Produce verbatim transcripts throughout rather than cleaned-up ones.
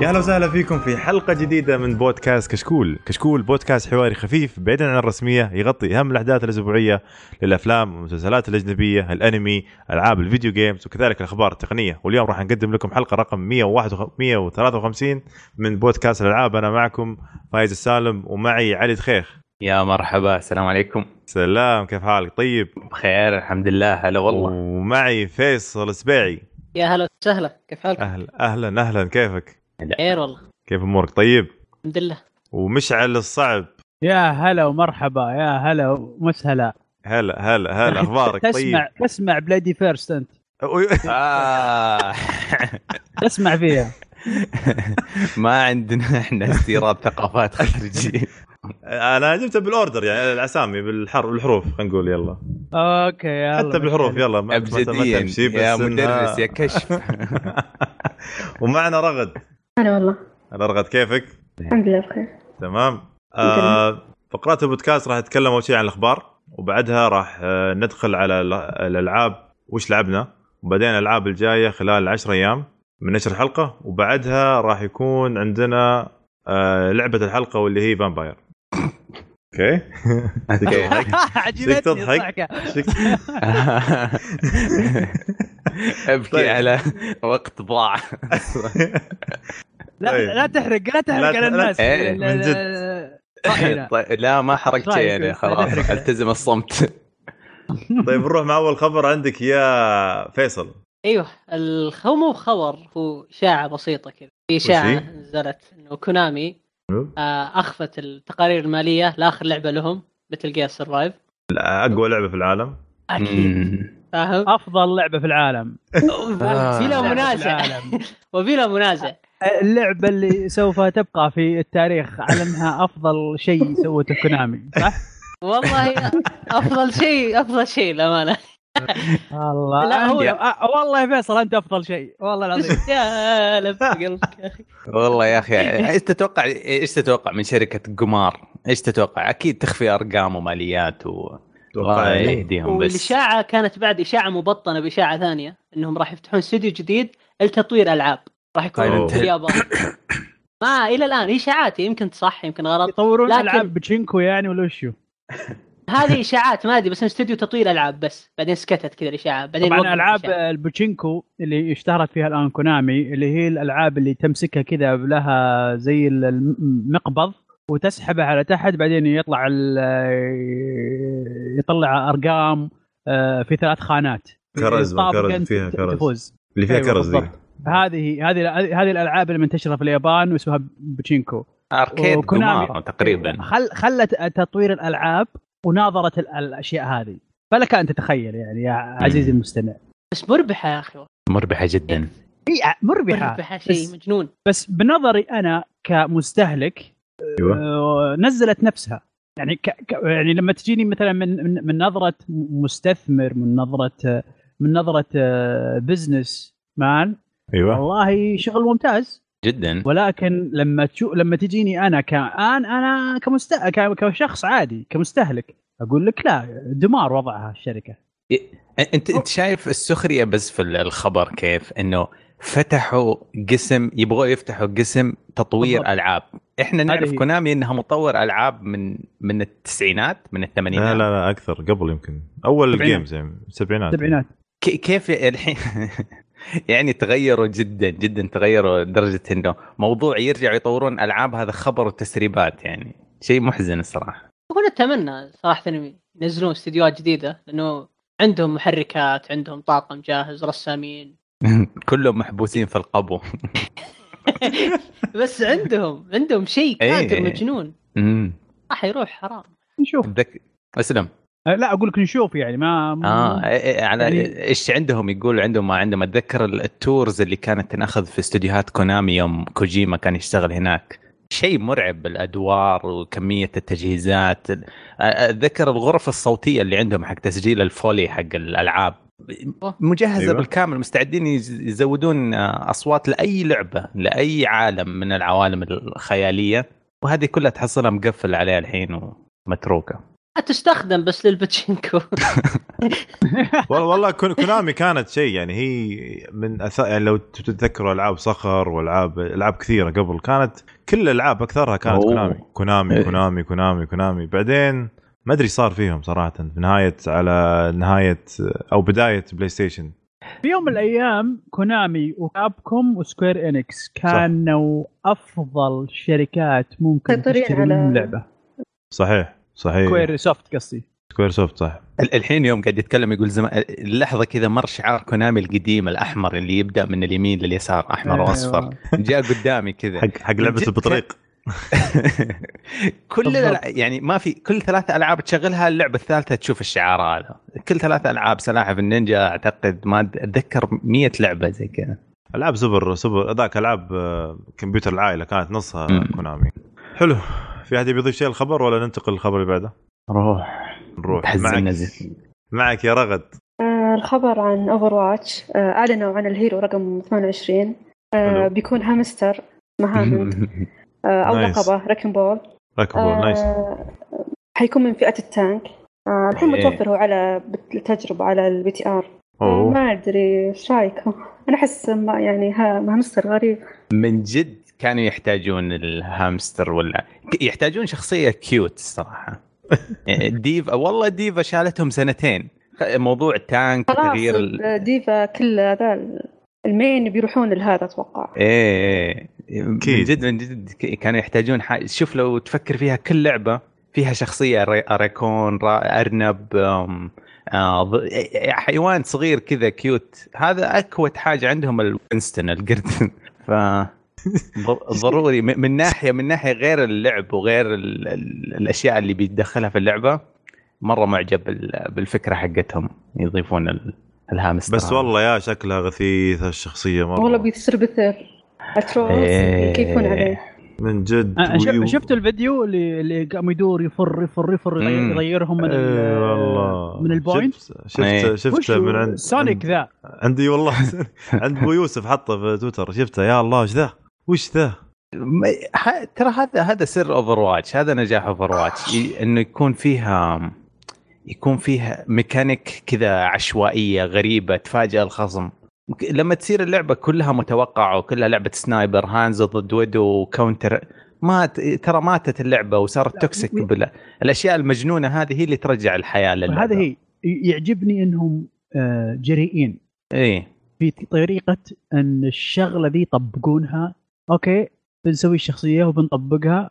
يا اهلا وسهلا فيكم في حلقة جديدة من بودكاست كشكول. كشكول بودكاست حواري خفيف بعيدا عن الرسمية، يغطي أهم الأحداث الأسبوعية للأفلام والمسلسلات الأجنبية، الأنمي، ألعاب الفيديو جيمز، وكذلك الأخبار التقنية. واليوم راح نقدم لكم حلقة رقم مية وثلاثة وخمسين من بودكاست الألعاب. أنا معكم فايز السالم ومعي علي دخيخ. يا مرحبا، السلام عليكم. سلام، كيف حالك؟ طيب بخير الحمد لله. هلا والله. ومعي فيصل السبيعي. يا هلا وسهلا، كيف حالك؟ أهلا أهلا أهلا، كيفك؟ خير والله، كيف أمورك؟ طيب الحمد لله. ومشعل الصعب. يا هلا ومرحبا، يا هلا ومسهلا. هلا هلا هلا، أخبارك؟ تسمع طيب تسمع بلادي فيرست أنت؟ آه. تسمع فيها. ما عندنا احنا استيراد ثقافات خارجية. انا جبتها بالاوردر، يعني الاسامي بالحرف بالحروف، خلينا نقول يلا. اوكي يلا حتى بالحروف يلا، ما ابجديا يا مدرس يا كشف. ومعنا رغد. هلا والله. هلا رغد، كيفك؟ الحمد لله بخير. تمام. آه فقرات البودكاست راح نتكلم اول شيء عن الاخبار، وبعدها راح آه ندخل على الالعاب، وش لعبنا، وبعدين الالعاب الجايه خلال عشر ايام من نشر الحلقه، وبعدها راح يكون عندنا آه لعبه الحلقه واللي هي فامباير. اوكي. عجبتني تضحك. ابكي على وقت ضاع. لا لا تحرق لا تحرق على الناس. من جد. طيب لا ما حرقت شيء يعني، خلاص التزم الصمت. طيب نروح مع اول خبر عندك يا فيصل. ايوه، الخبر مو خبر، هو اشاعه بسيطه كذا. في اشاعه نزلت انه كونامي اخفت التقارير الماليه لاخر لعبه لهم، مثل جير سرفايف. اقوى لعبه في العالم اكيد، فاهم؟ افضل لعبه في العالم بلا منازع. وبلا منازع اللعبه اللي سوف تبقى في التاريخ على انها افضل شيء سوته كونامي، صح؟ والله افضل شيء، افضل شيء للامانه. والله لا هو والله يا فيصل انت افضل شيء والله العظيم. يا لف قلبك يا اخي. والله يا اخي، ايش تتوقع ايش تتوقع من شركه قمار؟ ايش تتوقع؟ اكيد تخفي ارقام وماليات و الله يهديهم. بس والاشاعه كانت بعد اشاعه مبطنه باشاعه ثانيه، انهم راح يفتحون استوديو جديد لتطوير العاب، راح يكون في اليابان. ما الى الان اشاعات، يمكن صح يمكن غلط. يطورون لكن... العاب بتشينكو يعني ولا وشو؟ هذه اشاعات ما ادري، بس استوديو تطوير العاب بس، بعدين سكتت كذا الاشاعه. بعدين طبعا العاب البوتشينكو اللي اشتهرت فيها الان كونامي، اللي هي الالعاب اللي تمسكها كذا لها زي المقبض وتسحبها على تحت، بعدين يطلع يطلع ارقام في ثلاث خانات. كرز كرز فيها كرز تفوز. اللي فيها كرز دي. هذه هذه هذه الالعاب اللي منتشره في اليابان واسمها بوتشينكو اركيد قمار تقريبا. خل خلت تطوير الالعاب وناظرت الاشياء هذه، فلك ان تتخيل يعني يا عزيزي المستمع. بس مربحه يا اخي، مربحه جدا. هي مربحه, مربحة شيء مجنون. بس بنظري انا كمستهلك أيوة. نزلت نفسها يعني ك... يعني لما تجيني مثلا من من, من نظره مستثمر، من نظره من نظره بزنس مان. ايوه والله شغل ممتاز جدا. ولكن لما تشوف لما تجيني انا كان انا كمست كشخص عادي كمستهلك، اقول لك لا، دمار وضعها الشركه. انت انت شايف السخريه بس في الخبر كيف انه فتحوا قسم، يبغوا يفتحوا قسم تطوير بالضبط. العاب. احنا نعرف كونامي انها مطور العاب من من التسعينات، من الثمانينات. لا لا لا اكثر، قبل يمكن اول الجيمز يعني السبعينات. السبعينات كيف الحين؟ يعني تغيروا جدا جدا، تغيروا لدرجه انه موضوع يرجعوا يطورون العاب، هذا خبر وتسريبات، يعني شيء محزن الصراحه. هو نتمنى صراحه ينزلون استديوهات جديده، لانه عندهم محركات، عندهم طاقم جاهز، رسامين. كلهم محبوسين في القبو. بس عندهم عندهم شيء كاتر ايه. مجنون. امم راح يروح حرام. نشوف ذك... اسلم. لا اقول لك نشوف يعني ما اه إيه على يعني... ايش عندهم؟ يقول عندهم ما عندهم. اتذكر التورز اللي كانت تناخذ في استوديوهات كونامي يوم كوجيما كان يشتغل هناك، شيء مرعب بالادوار وكميه التجهيزات. اتذكر الغرف الصوتيه اللي عندهم حق تسجيل الفولي حق الالعاب مجهزه أيوة. بالكامل، مستعدين يزودون اصوات لاي لعبه، لاي عالم من العوالم الخياليه، وهذه كلها تحصلها مقفل عليها الحين ومتروكه. تستخدم بس للباتشينكو. والله والله كونامي كانت شيء يعني هي من أث... يعني لو تتذكروا العاب صخر والعاب العاب كثيره قبل كانت كل الالعاب اكثرها كانت كونامي كونامي كونامي كونامي كونامي بعدين ما ادري صار فيهم صراحه في نهايه على نهايه او بدايه بلاي ستيشن. في يوم من الايام كونامي وكابكوم وسكوير انكس كانوا صح. افضل شركات ممكن تشتري منهم لعبه. صحيح صحيح. سكوير سوفت قصدي سكوير سوفت صح. الحين يوم قاعد يتكلم يقول زمان اللحظه كذا مر شعار كونامي القديم الاحمر اللي يبدا من اليمين لليسار احمر واصفر جاء قدامي كذا حق حق لعبه البطريق. كل يعني ما في كل ثلاثة ألعاب تشغلها اللعبة الثالثة تشوف الشعار هذا. كل ثلاثة ألعاب سلاحف النينجا أعتقد ما أتذكر مية لعبة زي كذا. ألعاب سوبر سوبر ذاك ألعاب كمبيوتر العائلة كانت نصها م. كونامي. حلو. في أحد بيضيف شيء الخبر ولا ننتقل للخبر اللي بعده؟ نروح نروح معك. معك يا رغد. آه الخبر عن أوفرواتش آه أعلنوا عن الهيرو رقم ثمانية وعشرين آه بيكون هامستر مهامند أو لقبه راكن بول. راكن بول نايس. حيكون من فئة التانك. آه الحين متوفر هو على التجربة على البي تي آر. آه ما أدري إيش رأيكم؟ أنا أحس ما يعني هامستر غريب. من جد كانوا يحتاجون الهامستر ولا يحتاجون شخصية كيوت الصراحة. ديفا والله ديفا شالتهم سنتين موضوع التانك تغيير ال... ديفا كل هذا المين بيروحون لهذا اتوقع. ايه من جد من جد كانوا يحتاجون حاجة. شوف لو تفكر فيها كل لعبة فيها شخصية ريكون ارنب حيوان صغير كذا كيوت. هذا اكوت حاجة عندهم الوينستون القرد. ف ضروري من ناحية من ناحية غير اللعب وغير ال ال الأشياء اللي بيدخلها في اللعبة. مرة معجب بالفكرة حقتهم يضيفون الهامستر. بس والله يا شكلها غثيثة الشخصية مرة. والله بيصير بثير أتروس إيه يكيفون عليه من جد. ويو... شفت الفيديو اللي اللي قام يدور يفر يفر يفر يغيرهم من ايه والله من البوينت. شفت ايه. شفت من عند سونيك ذا عندي والله. عند ابو يوسف حطه في تويتر شفته يا الله ايش ذا وش ذا. ترى هذا هذا سر اوفرواتش. هذا نجاح اوفرواتش انه يكون فيها يكون فيها ميكانيك كذا عشوائيه غريبه تفاجئ الخصم. لما تصير اللعبه كلها متوقعه وكلها لعبه سنايبر هانز ضد ودو وكاونتر ما ترى ماتت اللعبه وصارت توكسيك. بلا الاشياء المجنونه هذه هي اللي ترجع الحياه للعبه. هذا هي يعجبني انهم جريئين ايه في طريقه ان الشغله ذي يطبقونها. اوكي بنسوي الشخصيه وبنطبقها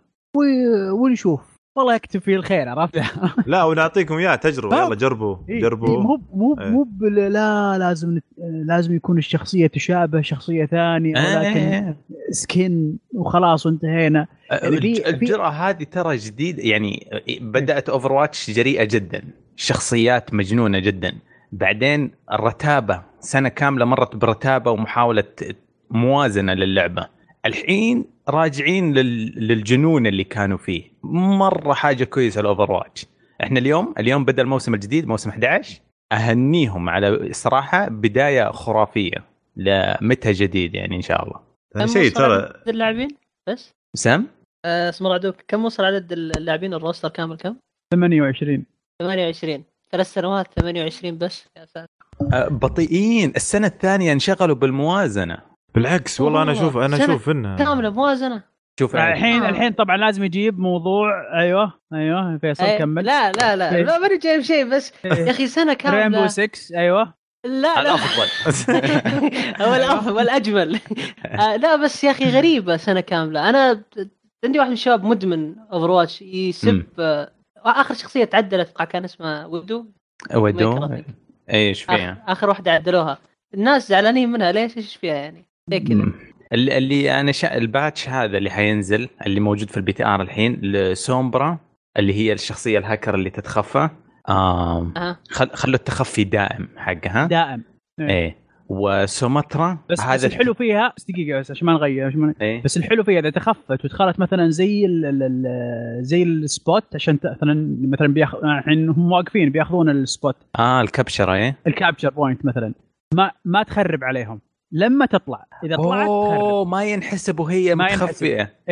ونشوف والله يكتب فيه الخير. عرفت؟ لا ونعطيكم اياه تجربه يلا جربوا جربوا. مو مو مو لا لازم لازم يكون الشخصيه تشابه شخصيه ثانيه ولكن سكين وخلاص وانتهينا. الجرأة هذه ترى جديد يعني. بدأت اوفرواتش جريئة جدا شخصيات مجنونة جدا. بعدين الرتابة سنة كاملة مرت برتابة ومحاولة موازنة للعبة. الحين راجعين للجنون اللي كانوا فيه. مرة حاجة كويسة الأوفرواتش. احنا اليوم اليوم بدأ الموسم الجديد موسم أحد عشر. أهنيهم على صراحة بداية خرافية لمتى جديد يعني إن شاء الله. شيء ترى اللاعبين بس سام اسم رعدوك كم وصل عدد اللاعبين الروستر كامل كم؟ ثمانية وعشرين ثمانية وعشرين ثلاث سنوات ثمانية وعشرين بس يا ساتر. بطيئين. السنة الثانية انشغلوا بالموازنة. بالعكس والله انا اشوف انا اشوف انها كامله موازنه. شوف الحين الحين طبعا لازم يجيب موضوع. ايوه ايوه فيصل أي... كمل. لا لا لا ما بني جايب شيء بس يا اخي سنه كامله. رينبو ستة ايوه لا لا الافضل. هو الافضل والاجمل. آه لا بس يا اخي غريبه سنه كامله. انا عندي واحد من الشباب مدمن اوفرواتش يسب آه اخر شخصيه تعدلت كان اسمها ودو ودو ايش فيها اخر واحده عدلوها. الناس زعلانين منها ليش ايش فيها يعني كذا. اللي انا شا... الباتش هذا اللي حينزل اللي موجود في البي تي ار الحين لسومبرا اللي هي الشخصيه الهاكر اللي تتخفى. آه. أه. خل... خلوا التخفي دائم حقها دائم ايه. وسومترا بس, هذا بس الحلو فيها بس دقيقه بس عشان ما نغير عشان إيه؟ بس الحلو فيها اذا تخفت ودخلت مثلا زي ال ال زي السبوت عشان مثلا مثلا بياخذ الحين هم واقفين بياخذون السبوت اه الكابشر ايه الكابشر بوينت مثلا ما ما تخرب عليهم لما تطلع. اذا طلعت اوه ما ينحسب وهي متخفيه. ايه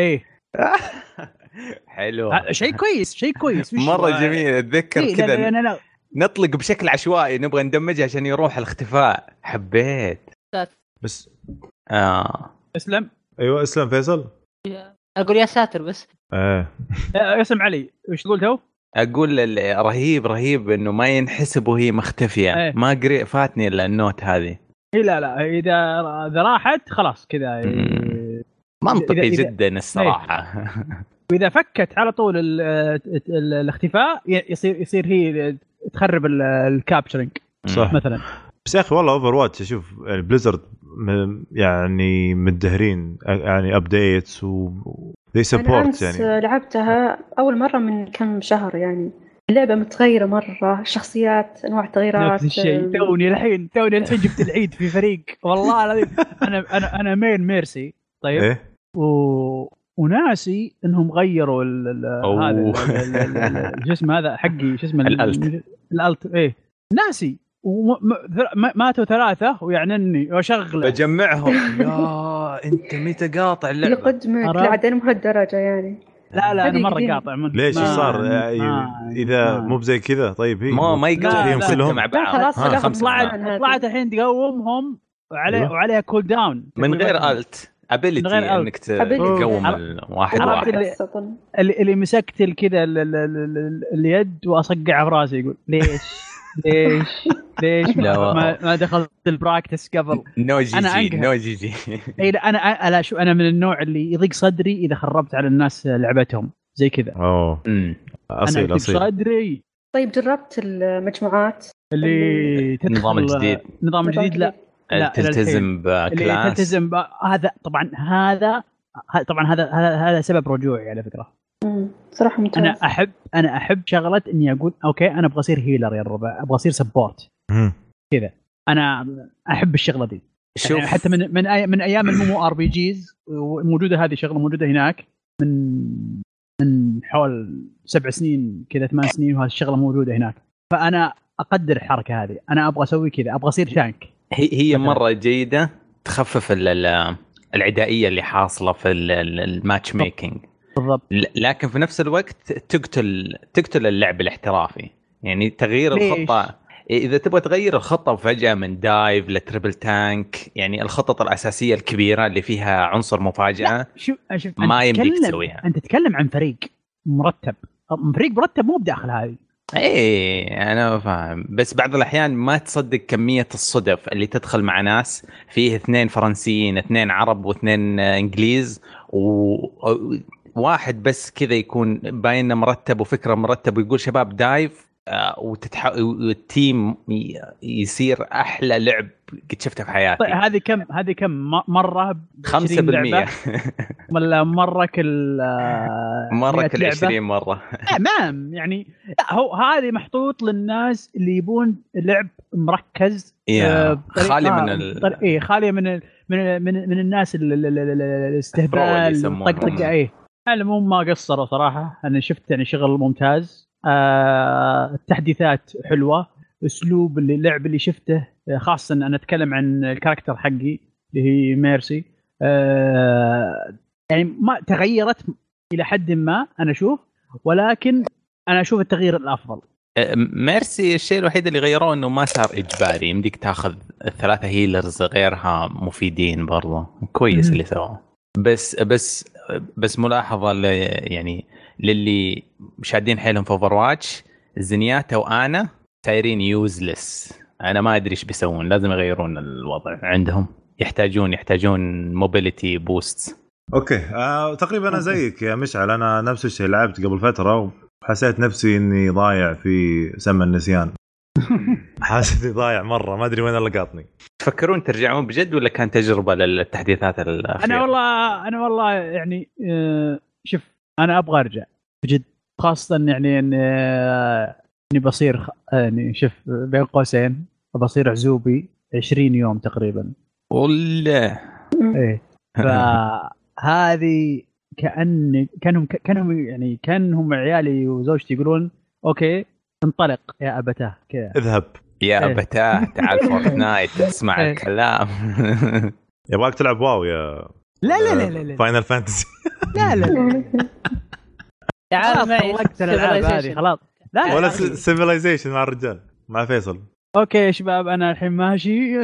حلو شيء كويس شيء كويس مره جميل. اتذكر إيه كذا لا لا لا. نطلق بشكل عشوائي نبغى ندمجها عشان يروح الاختفاء. حبيت بس اه اسلم. ايوه اسلم فيصل. اقول يا ساتر بس ايه اسم علي وش تقول تو؟ اقول رهيب رهيب انه ما ينحسب وهي مختفيه. ايه. ما قري فاتني الا النوت هذه. اي لا لا اذا اذا راحت خلاص كذا منطقي إذا جدا الصراحه. واذا فكت على طول ال ال الاختفاء يصير يصير هي تخرب الكابتشرنج صح مثلا. بس يا اخي والله اوفر واتش اشوف بليزرد يعني مدهرين يعني ابديتس و ذي سبورت. يعني لعبتها اول مره من كم شهر يعني اللعبه متغيره مره شخصيات انواع تغييرات نفس الشيء. توني الحين توني الحين جبت العيد في فريق والله العظيم. انا انا انا مين ميرسي طيب إيه؟ و وناسي انهم غيروا هذا شو اسمه هذا حقي شو اسمه الالت الالت ايه ناسي وماتوا ثلاثه ويعنني واشغله بجمعهم. يا انت متى قاطع اللعبه يقدمك لعدين بهالدرجه يعني. لا لا انا مره قاطع من ليش ايش صار اذا مو بزي كذا. طيب هي ما ما يقدرون كلهم مع بعض. خلاص طلعت طلعت الحين تقومهم وعليه وعليها كول داون من غير الت ابيلتي انك تقوم الواحد واحد. اللي, اللي مسكت كذا اليد واصقع في راسي يقول ليش ليش ليش ما, ما دخلت البراكتس قبل. نو جي جي نو جي جي. اي انا انا شو انا من النوع اللي يضيق صدري اذا خربت على الناس لعبتهم زي كذا. اوه اصيل اصيل صدري. طيب جربت المجموعات اللي تدخل نظام جديد نظام جديد لا لا تلتزم بكلاس تلتزم ب... هذا طبعا هذا طبعا هذا هذا سبب رجوعي على فكره. امم صراحه ممتاز. انا احب انا احب شغله اني اقول اوكي انا ابغى اصير هيلر يا الربع ابغى اصير سبورت كذا. انا احب الشغله دي يعني حتى من من أي من ايام المو ار بي جيز موجوده هذه شغله موجوده هناك من من حول سبع سنين كذا ثمان سنين وهذه الشغله موجوده هناك. فانا اقدر الحركه هذه. انا ابغى اسوي كذا ابغى اصير تانك. هي هي مره جيده تخفف العدائيه اللي حاصله في الماتش ميكينج بالضبط. لكن في نفس الوقت تقتل تقتل اللعب الاحترافي. يعني تغيير ليش؟ الخطه اذا تبغى تغير الخطه فجاه من دايف لتريبل تانك يعني الخطط الاساسيه الكبيره اللي فيها عنصر مفاجاه شو ما يمديك تسويها. انت تتكلم عن فريق مرتب. فريق مرتب مو بداخل هذه. ايه انا فاهم بس بعض الاحيان ما تصدق كميه الصدف اللي تدخل مع ناس فيه اثنين فرنسيين اثنين عرب واثنين انجليز وواحد بس كذا يكون باين مرتب وفكره مرتب ويقول شباب دايف وتتح... والتيم يصير احلى لعب قد شفته في حياتي. طيب هذه كم هذه كم مره خمسة بالمية ولا مره كل مره كل عشرين مره. تمام يعني لا هو هذه محطوط للناس اللي يبون لعب مركز خالي من ال... ايه خاليه من ال... من من من الناس الاستهبال طقطقه. ايه المهم ما قصروا صراحه. انا شفت يعني شغل ممتاز. آه التحديثات حلوه. اسلوب اللي اللعب اللي شفته خاصه انا اتكلم عن الكاركتر حقي اللي هي ميرسي. آه يعني ما تغيرت الى حد ما انا اشوف ولكن انا اشوف التغيير الافضل. ميرسي الشيء الوحيد اللي غيروه انه ما صار اجباري يمديك تاخذ الثلاثه هيلرز غيرها مفيدين برضه كويس اللي سواه. بس بس بس ملاحظه يعني للي شادين حيلهم في اوفر واتش زنياتا وانا سايرين يوزلس. انا ما ادري ايش بيسوون. لازم يغيرون الوضع عندهم. يحتاجون يحتاجون موبيليتي بوست. اوكي آه، تقريبا انا زيك يا مشعل. انا نفس الشيء لعبت قبل فتره وحسيت نفسي اني ضايع في سم النسيان. حاسس اني ضايع مره ما ادري وين اللي قاطني. تفكرون ترجعون بجد ولا كان تجربه للتحديثات الاخيره؟ انا والله انا والله يعني آه شوف انا ابغى ارجع بجد خاصه يعني اني اني بصير يعني شوف بين قوسين بصير عزوبي عشرين يوم تقريبا ولا ايه. فهذه كأن كانهم كانهم يعني كانهم عيالي وزوجتي يقولون اوكي انطلق يا ابتاه كذا اذهب يا إيه. ابتاه تعال فورتنايت تسمع إيه. الكلام. يبغاك تلعب واو يا لا لا لا لا فاينل فانتسي. لا لا تعال معي وقت الالعاب هذه خلاص. لا ولا سيفيلايزيشن مع الرجال مع فيصل. اوكي يا شباب انا الحين ماشي.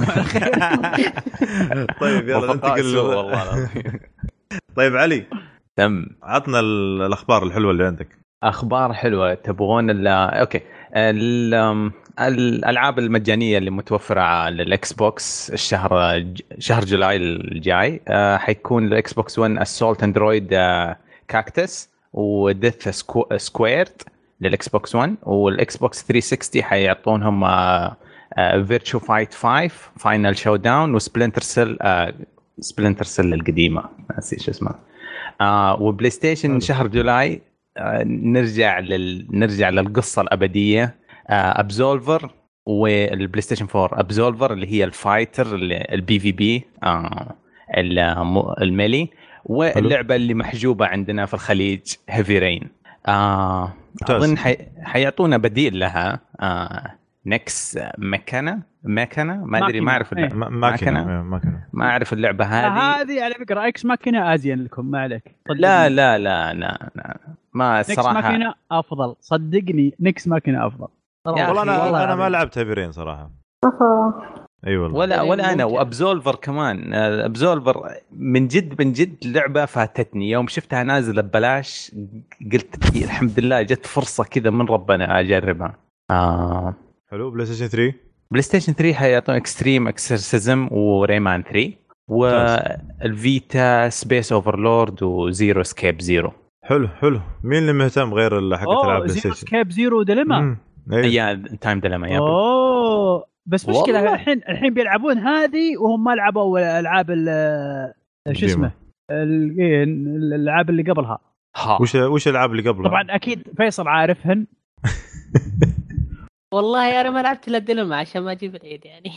طيب يلا ننتقل والله. طيب علي تم عطنا الاخبار الحلوه اللي عندك. اخبار حلوه تبغون؟ اوكي الالعاب المجانيه اللي متوفره على الاكس بوكس الشهر شهر جولاي الجاي حيكون الاكس بوكس ون اسولت اندرويد كاكتس وديث سكويرد للاكس بوكس ون، والاكس بوكس ثلاثمية وستين حيعطونهم فيرتشو فايت خمسة فاينل شو داون وسبلنتر سيل سبلنتر سيل القديمه ناسي شو اسمها. آه وبلاي ستيشن شهر جولاي آه نرجع لل نرجع للقصه الابديه ابزولفر، آه والبلاي ستيشن فور ابزولفر اللي هي الفايتر البي في بي آه الميلي، واللعبه اللي محجوبه عندنا في الخليج هيفي رين. آه اظن حي... حيعطونا بديل لها آه نكس مكنه مكنه ما ادري ما اعرف اللعبه. ماكينه ماكينه ما اعرف اللعبه هذه. هذه على فكره اكس ماكينه ازين لكم ما عليك. لا لا لا لا لا ما الصراحه نكس ماكينه افضل صدقني. نكس ماكينه افضل والله. انا والله انا ما لعبت هيفرين صراحه. اي والله ولا ولا انا. وابزولفر كمان ابزولفر من جد من جد لعبه فاتتني يوم شفتها نازله ببلاش قلت الحمد لله جت فرصه كذا من ربنا اجربها. آه. حلو. بلاي ستيشن ثري بلاي ستيشن ثري حيعطون اكستريم اكسرسيزم وريمان ثري، والفيتا سبيس اوفرلورد وزيرو سكيب زيرو. حلو حلو. مين اللي مهتم غير حق العاب بلاي ستيشن؟ سكيب زيرو ديليما. يا تايم ديليما يا اوه بس مشكله الحين الحين بيلعبون هذه وهم ما لعبوا الالعاب شو اسمه الالعاب اللي قبلها. وش وش الالعاب اللي قبلها؟ طبعا اكيد فيصل عارفهن. والله انا ما لعبت الا ديلما عشان ما اجيب العيد يعني.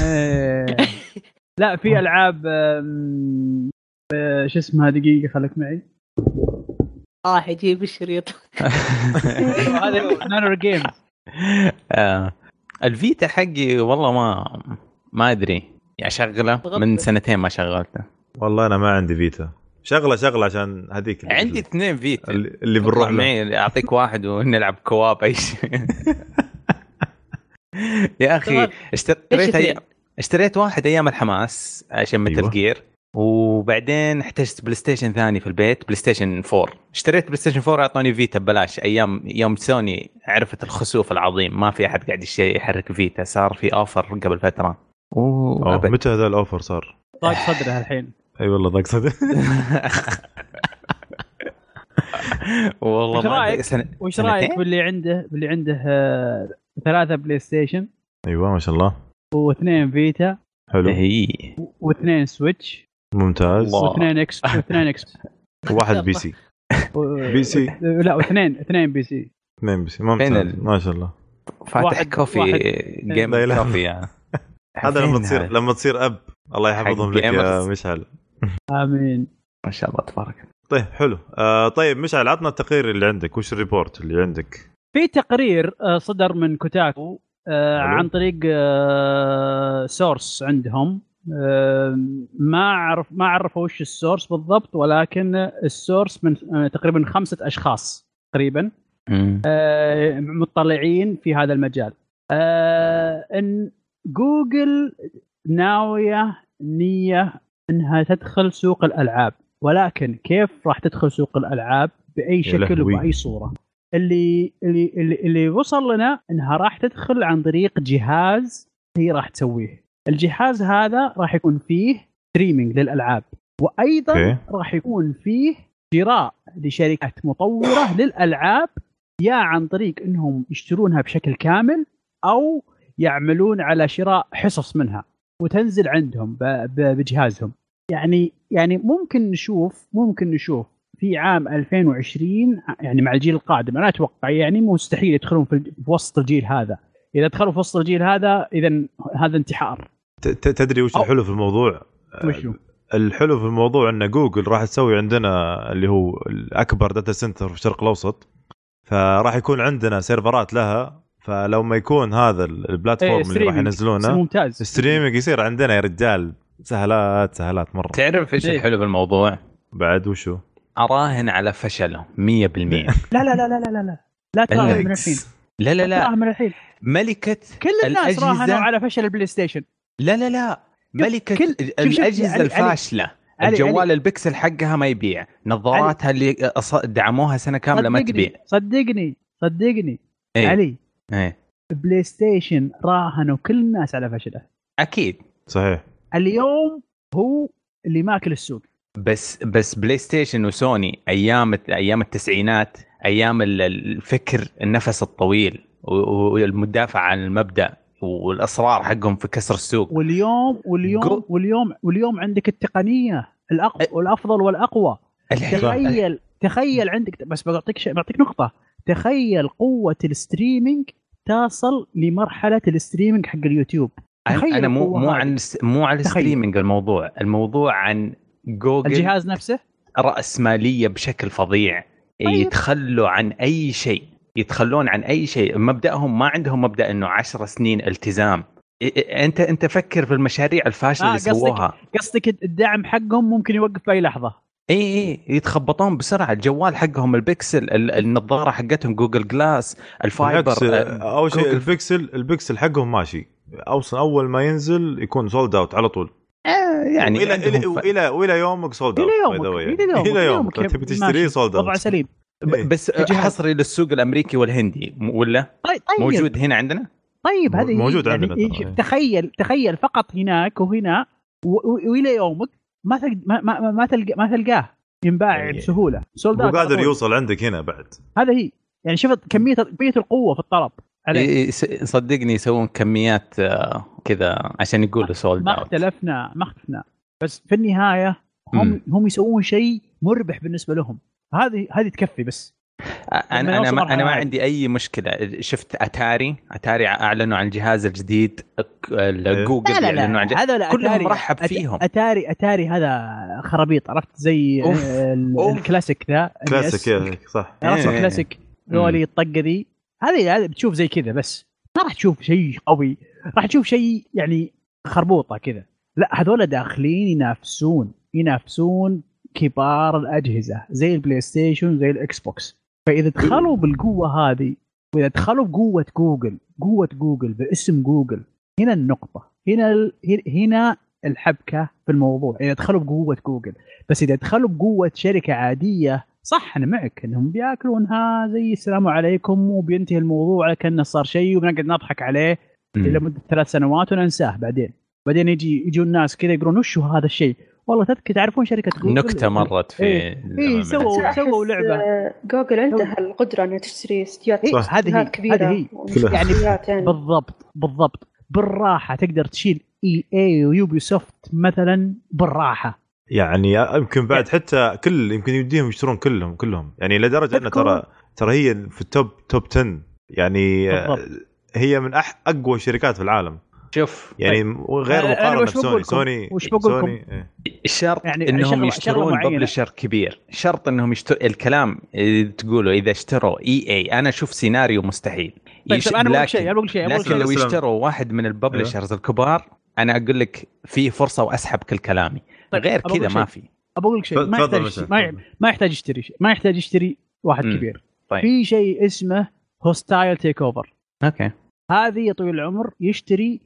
لا في العاب شو اسمها دقيقه خليك معي. اه حيجيب الشريط. هذا نانو جيمز. الفيتا حقي والله ما ما ادري اشغله من سنتين ما شغلته. والله انا ما عندي فيتا. شغله شغله عشان هذيك عندي اثنين فيتا اللي بنروح معي اعطيك واحد ونلعب كواب اي شيء. يا اخي اشتريت أي... اشتريت واحد ايام الحماس عشان متل جير، وبعدين احتجت بلاي ستيشن ثاني في البيت بلاي ستيشن فور. اشتريت بلاي ستيشن فور اعطوني فيتا ببلاش ايام يوم سوني عرفت الخسوف العظيم ما في احد قاعد يحرك فيتا. صار في اوفر قبل فتره. اوه متى هذا الاوفر صار؟ ضاق صدره الحين. اي والله ضاق صدره. والله وش رايك سنة... وش رايك باللي عنده باللي عنده آه... ثلاثه بلاي ستيشن؟ ايوه ما شاء الله. واثنين فيتا. حلو. هي واثنين سويتش. ممتاز. واثنين اكس واثنين اكس وواحد بي سي. بي سي لا واثنين اثنين بي سي. اثنين بي سي ممتاز ما شاء الله. فاتح كوفي جيم كوفي يعني. هذا لما تصير لما تصير اب الله يحفظهم لك يا مشعل. امين ما شاء الله تبارك. طيب حلو. آه طيب مشعل عطنا التقرير اللي عندك. وش الريبورت اللي عندك؟ في تقرير صدر من كوتاكو آه عن طريق آه سورس عندهم. آه ما اعرف ما عرفوا وش السورس بالضبط، ولكن السورس من آه تقريبا خمسة اشخاص تقريبا آه مطلعين في هذا المجال. آه ان جوجل ناويه نيه انها تدخل سوق الالعاب، ولكن كيف راح تدخل سوق الالعاب باي شكل وباي صوره؟ اللي اللي اللي, اللي وصل لنا انها راح تدخل عن طريق جهاز هي راح تسويه. الجهاز هذا راح يكون فيه ستريمينج للالعاب، وايضا okay. راح يكون فيه شراء لشركات مطوره للالعاب، يا عن طريق انهم يشترونها بشكل كامل او يعملون على شراء حصص منها وتنزل عندهم بجهازهم. يعني يعني ممكن نشوف ممكن نشوف في عام ألفين وعشرين يعني مع الجيل القادم. انا اتوقع يعني مستحيل يدخلون في وسط الجيل هذا. اذا دخلوا في وسط الجيل هذا اذا هذا انتحار. تدري وش الحلو في الموضوع؟ وشو الحلو في الموضوع ان جوجل راح تسوي عندنا اللي هو الاكبر داتا سنتر في الشرق الاوسط، فراح يكون عندنا سيرفرات لها. فلو ما يكون هذا البلاتفورم ايه اللي راح ينزلونه ممتاز ستريمينج يصير عندنا يا رجال. سهلات سهلات مره. تعرف ايش الحلو بالموضوع بعد؟ وشو اراهن على فشله مية بالمية. لا لا لا لا لا لا لا تراهن من الحين. لا لا لا من الحين. ملكة كل الناس راهنوا على فشل البلاي ستيشن. لا لا لا ملكة كل... الأجهزة علي الفاشلة علي الجوال علي. البكسل حقها ما يبيع، نظاراتها علي. اللي دعموها سنة كاملة ما تبيع. صدقني صدقني ايه؟ علي ايه؟ بلاي ستيشن راهنوا كل الناس على فشله. أكيد صحيح. اليوم هو اللي ماكل السوق. بس بس بلاي ستيشن وسوني أيام أيام التسعينات، أيام الفكر النفس الطويل والمدافع عن المبدأ والاصرار حقهم في كسر السوق. واليوم واليوم جو... واليوم واليوم عندك التقنيه الأقوى والافضل والاقوى. تخيل تخيل عندك، بس بعطيك شيء، بعطيك نقطه. تخيل قوه الستريمينج تصل لمرحله الستريمينج حق اليوتيوب. تخيل انا مو مو عن مو على الستريمينج، الموضوع الموضوع عن جوجل الجهاز نفسه رأسمالية بشكل فظيع. طيب. يتخلوا عن اي شيء، يتخلون عن اي شيء. مبدأهم ما عندهم مبدأ انه عشر سنين التزام. انت انت فكر في المشاريع الفاشله آه اللي سووها. قصدك الدعم حقهم ممكن يوقف باي لحظه. اي اي يتخبطون بسرعه. الجوال حقهم البكسل، النظاره حقتهم جوجل جلاس، الفايبر. اول شيء البكسل البكسل حقهم ماشي اوصل اول ما ينزل يكون سولد اوت على طول. آه يعني الى الى والى والى يومك سولد اوت. الى يومك الى يومك تبي تشتري سولد اوت. وضع سليم. بس حصري للسوق الامريكي والهندي ولا طيب طيب. موجود هنا عندنا. طيب هذه موجود يعني عندنا. تخيل تخيل فقط هناك وهنا والى يومك ما ما ما, ما تلقى ما تلقاه ينباع بسهوله. سولد اوت قادر يوصل عندك هنا بعد. هذا هي يعني شفت كميه كميه القوه في الطلب. إيه صدقني يسوون كميات كذا عشان يقولوا سولد اوت. ما اختلفنا ما اختلفنا بس في النهايه هم م. هم يسوون شيء مربح بالنسبه لهم. هذه هذه تكفي. بس انا انا ما انا ما عندي اي مشكله. شفت اتاري اتاري اعلنوا عن الجهاز الجديد جوجل لا لا لا عن لا كلهم مرحب فيهم. اتاري اتاري هذا خرابيط، عرفت زي أوف. أوف. الكلاسيك ذا كلاسيك صح راسه كلاسيك ذولي الطقه ذي. هذه بتشوف زي كذا بس ما راح تشوف شيء قوي، راح تشوف شيء يعني خربوطه كذا. لا هذول داخلين ينافسون ينافسون كبار الأجهزة زي البلاي ستيشن زي الإكس بوكس. فإذا دخلوا بالقوة هذه وإذا دخلوا بقوة جوجل قوة جوجل باسم جوجل، هنا النقطة، هنا ال... هنا الحبكة في الموضوع. إذا دخلوا بقوة جوجل. بس إذا دخلوا بقوة شركة عادية صح أنا معك إنهم بيأكلونها زي السلام عليكم وبينتهي الموضوع على كأنه صار شيء وبنقعد نضحك عليه إلى مدة ثلاث سنوات وننساه. بعدين بعدين يجي يجوا الناس كذا يقولون وش هذا الشيء. والله تذكر تعرفون شركة جوجل نكتة مرت في إيه سووا سووا لعبة. جوجل عندها القدرة أنها تشتري استديوهات إيه هذه كبيرة هي. يعني, يعني بالضبط بالضبط بالراحة تقدر تشيل إي إيه ويوبي سوفت مثلا بالراحة. يعني يمكن بعد حتى كل يمكن يديهم يشترون كلهم كلهم يعني لدرجة أن ترى ترى هي في التوب توب عشرة يعني بالضبط. هي من أح أقوى شركات في العالم. شوف يعني غير مقارنة بسوني سوني وش بقولكم إيه. الشرط يعني انهم يشترون ببلشر كبير. شرط انهم يشترون الكلام تقولوا اذا اشتروا اي اي انا اشوف سيناريو مستحيل. طيب طيب انا بقول شيء انا بقول شيء لكن لو يشتروا واحد من الببلشرز أه. الكبار انا اقول لك في فرصة واسحب كل كلامي. طيب غير كذا ما في. اقول لك شيء ما يحتاج ما, ما يحتاج يشتري شيء ما يحتاج يشتري واحد م. كبير. طيب. في شيء اسمه هوستايل تيك اوفر. اوكي هذه يا طويل العمر يشتري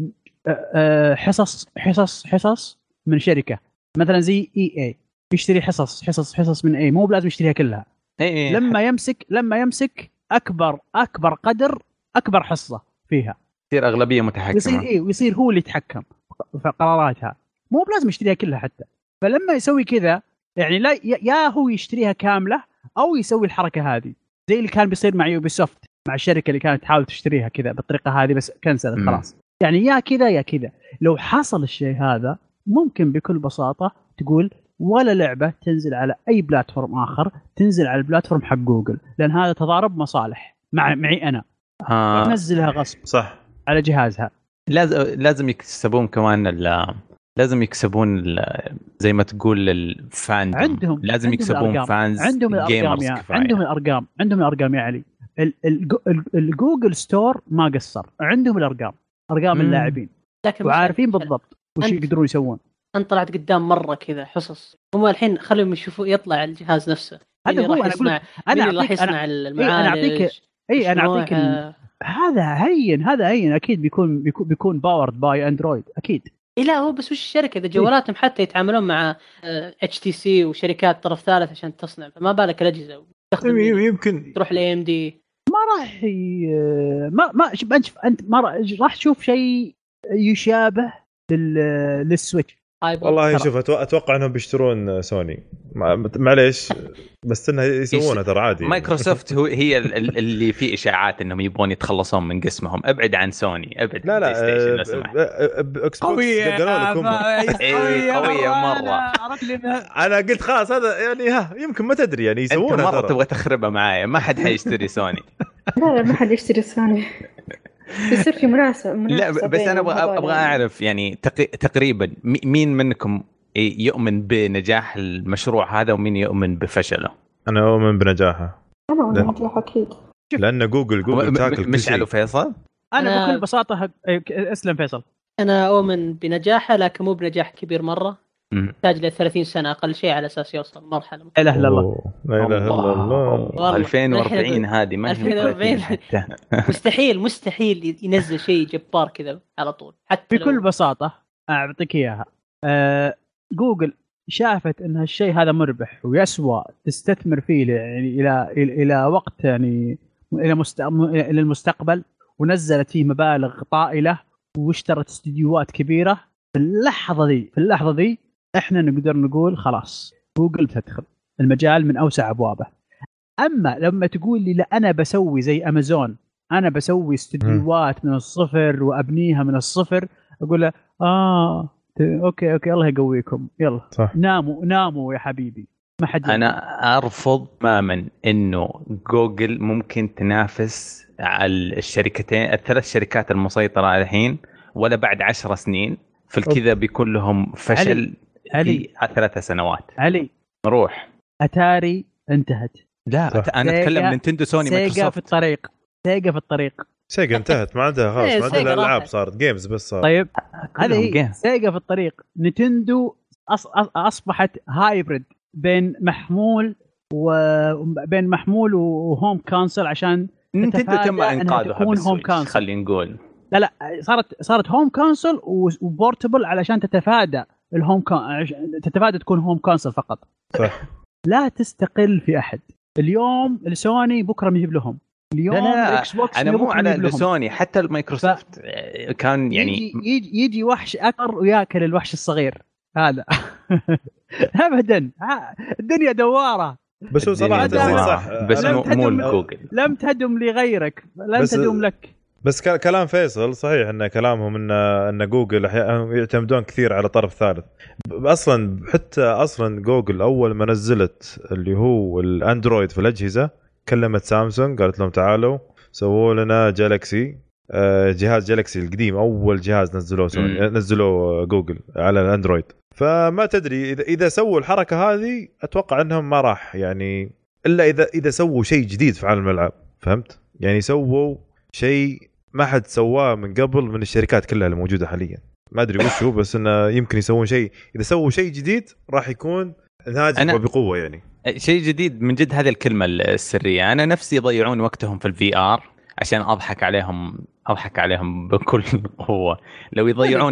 حصص حصص حصص من شركة مثلا زي اي اي يشتري حصص حصص حصص من اي مو بلازم يشتريها كلها. إيه لما يمسك لما يمسك اكبر اكبر قدر اكبر حصة فيها يصير اغلبية متحكمة. يصير ايه ويصير هو اللي يتحكم في قراراتها مو بلازم يشتريها كلها حتى. فلما يسوي كذا يعني لا يا هو يشتريها كاملة او يسوي الحركة هذه زي اللي كان بيصير مع يوبي سوفت مع الشركة اللي كانت تحاول تشتريها كذا بالطريقة هذه بس كنسلت خلاص. يعني يا كذا يا كذا. لو حصل الشيء هذا ممكن بكل بساطة تقول ولا لعبة تنزل على أي بلاتفورم آخر تنزل على البلاتفورم حق جوجل لأن هذا تضارب مصالح مع معي أنا آه. تنزلها غصب صح على جهازها. لازم لازم يكسبون كمان لازم يكسبون زي ما تقول الفان عندهم لازم عندهم يكسبون الأرقام. فانز عندهم الأرقام يا. عندهم الأرقام عندهم الأرقام يا علي. الجوجل ستور ما قصر عندهم الأرقام أرقام اللاعبين وعارفين بالضبط وش يقدرون يسوون. انت طلعت قدام مره كذا حصص. هم الحين خليهم يشوفوا يطلع الجهاز نفسه. هذا هو انا اقول انا راح يصنع المعالج. انا اعطيك اي انا اعطيك هذا هين هذا هين اكيد بيكون بيكون, بيكون باورد باي اندرويد اكيد. إيه لا هو بس وش الشركه اذا جوالاتهم حتى يتعاملون مع اتش تي سي وشركات طرف ثالث عشان تصنع، فما بالك الاجهزه يمكن تروح لاي ام دي. ما راح ما ما انت ما راح تشوف شيء يشابه لل للسويتش. والله شوف اتوقع انهم بيشترون سوني معليش بس انها يسوونها ترى عادي. مايكروسوفت هو هي اللي في اشاعات انهم يبغون يتخلصون من قسمهم. ابعد عن سوني ابعد. لا لا بلاي ستيشن اكس بوكس قالوا لكم قويه مره. انا قلت خلاص هذا يعني ها يمكن ما تدري يعني يسوونها مره تبغى تخربها معايا. ما حد حيشتري سوني. لا لا ما حد يشتري سوني. يصير في مناسبة. لا بس انا ابغى ابغى اعرف يعني تقريبا مين منكم يؤمن بنجاح المشروع هذا ومين يؤمن بفشله؟ انا اؤمن بنجاحه. انا اؤمن بنجاحه اكيد. لان جوجل جوجل تاكل كل شيء. مشعل فيصل. انا, أنا بكل بساطه اسلم فيصل. انا اؤمن بنجاحه لكن مو بنجاح كبير مره. يحتاج له ثلاثين سنه اقل شيء على اساس يوصل مرحله. لا اله الا الله. لا اله الا الله. ألفين وأربعين هذه ما هي مستحيل مستحيل ينزل شيء جبار كذا على طول. حتى بكل بساطه اعطيك اياها. أه جوجل شافت ان هالشيء هذا مربح ويسوى تستثمر فيه يعني الى الى وقت يعني الى الى المستقبل، ونزلت فيه مبالغ طائله واشترت استديوهات كبيره. في اللحظه دي في اللحظه دي احنا نقدر نقول خلاص جوجل بتدخل المجال من اوسع ابوابه. اما لما تقول لي لا انا بسوي زي امازون، انا بسوي استديوهات من الصفر وابنيها من الصفر، اقول له اه اوكي اوكي الله يقويكم يلا صح. ناموا ناموا يا حبيبي. ما حد انا ارفض تماما انه جوجل ممكن تنافس على الشركتين الثلاث شركات المسيطره الحين ولا بعد عشر سنين. في الكذا بيكون لهم فشل علي. في ثلاث سنوات. علي نروح اتاري انتهت. لا صح. انا اتكلم نينتندو سوني مايكروسوفت. سيجا في الطريق سيجا في الطريق سيجا انتهت ما عندها خلاص ما عندها الالعاب صارت جيمز بس صار. طيب هذه سيجا في الطريق. نينتندو أص... اصبحت هايبريد بين محمول وبين محمول وهوم كونسول عشان نينتندو تم انقاذها هوم كونسول. خلينا نقول لا لا صارت صارت هوم كونسول وبورتبل علشان تتفادى الهوم كون... تتفادى تكون هوم كونسول فقط. صح. لا تستقل في احد. اليوم السوني بكره بيجيب لهم. اليوم لا لا الاكس بوكس انا مو على سوني حتى المايكروسوفت ف... كان يعني يجي, يجي, يجي وحش اكبر وياكل الوحش الصغير هذا. ابدا الدنيا دواره. بس هو صراحه صح بس مو جوجل. لم تهدم لغيرك لن تدوم لك. بس كلام فيصل صحيح ان كلامهم ان ان جوجل يعتمدون كثير على طرف ثالث. اصلا حتى اصلا جوجل اول ما نزلت اللي هو الاندرويد في الاجهزه كلمت سامسونج قالت لهم تعالوا سووا لنا جالكسي. جهاز جالكسي القديم اول جهاز نزلوه سوني نزلوه جوجل على الاندرويد. فما تدري اذا اذا سووا الحركه هذه اتوقع انهم ما راح يعني الا اذا اذا سووا شيء جديد في عالم الالعاب. فهمت يعني سووا شيء ما حد سواه من قبل من الشركات كلها اللي موجوده حاليا. ما ادري وش هو بس انه يمكن يسوون شيء. اذا سووا شيء جديد راح يكون ناجح وبقوه يعني شيء جديد من جد. هذه الكلمه السريه. انا نفسي يضيعون وقتهم في الفي ار عشان اضحك عليهم اضحك عليهم بكل قوه لو يضيعون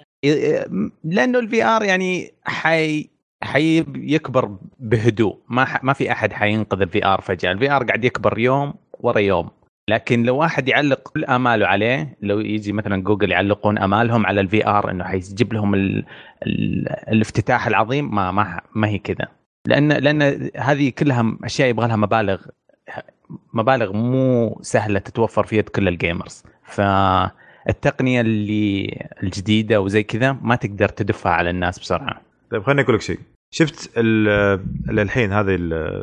لانه الفي ار يعني حي حي يكبر بهدوء. ما ح... ما في احد حينقذ الفي ار فجاه. الفي ار قاعد يكبر يوم ورا يوم. لكن لو واحد يعلق كل اماله عليه، لو يجي مثلا جوجل يعلقون امالهم على الفي ار انه حيجيب لهم ال... ال... الافتتاح العظيم، ما ما, ما هي كذا. لان لان هذه كلها اشياء يبغى لها مبالغ مبالغ مو سهله تتوفر في يد كل الجيمرز. فالتقنيه اللي الجديده وزي كذا ما تقدر تدفعها على الناس بسرعه. طيب خليني اقول لك شيء. شفت الحين هذه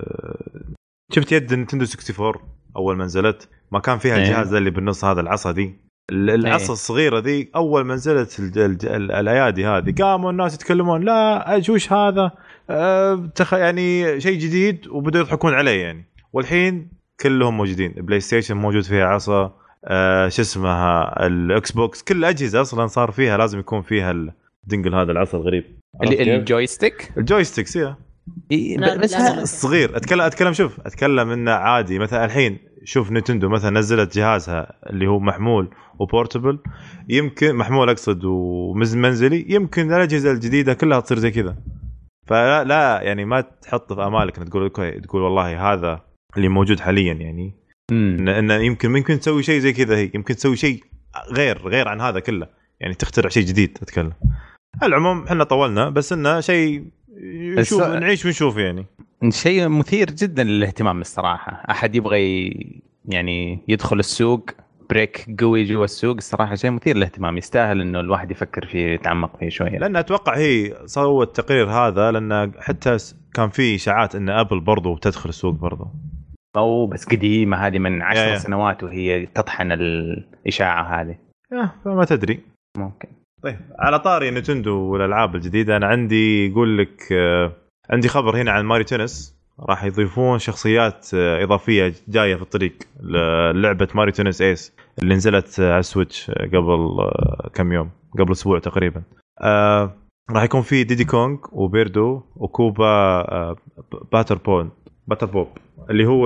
شفت يد نينتندو أربعة وستين اول ما نزلت ما كان فيها الجهاز اللي بالنص هذا العصا دي العصا الصغيره ذي. اول ما نزلت الايادي هذه قاموا الناس يتكلمون لا ايش هذا أه يعني شيء جديد وبدأوا يضحكون عليه يعني. والحين كلهم موجودين. بلاي ستيشن موجود فيها عصا، أه شو اسمها الاكس بوكس، كل الاجهزه اصلا صار فيها لازم يكون فيها دنجل هذا العصا الغريب الجويستيك الجويستيك يا بس صغير. اتكلم اتكلم شوف اتكلم انه عادي. مثلا الحين شوف نينتندو مثلا نزلت جهازها اللي هو محمول وبورتبل، يمكن محمول اقصد ومنزلي، يمكن الاجهزه الجديده كلها تصير زي كذا. فلا لا يعني ما تحط في امالك انك تقول تقول والله هذا اللي موجود حاليا يعني انه إن يمكن ممكن تسوي شيء زي كذا، هي يمكن تسوي شيء غير غير عن هذا كله، يعني تخترع شيء جديد. اتكلم العموم احنا طولنا، بس انه شيء نشوف نعيش ونشوف يعني شيء مثير جدا للاهتمام الصراحه. احد يبغى يعني يدخل السوق بريك قوي جوا السوق، الصراحه شيء مثير للاهتمام، يستاهل انه الواحد يفكر فيه يتعمق فيه شويه. لان اتوقع هي سوت التقرير هذا لان حتى كان في اشاعات ان ابل برضو تدخل السوق برضو، او بس قديمه هذه من عشر يا سنوات وهي تطحن الاشاعه هذه. اه فما تدري ممكن. طيب على طاري نينتندو والالعاب الجديده، انا عندي يقول لك آه عندي خبر هنا عن ماري تنس. راح يضيفون شخصيات آه اضافيه جايه في الطريق للعبه ماري تنس ايس اللي نزلت آه على السويتش آه قبل آه كم يوم، قبل اسبوع تقريبا. آه راح يكون في ديدي كونغ وبيردو وكوبا آه باتر بون باتر بوب اللي هو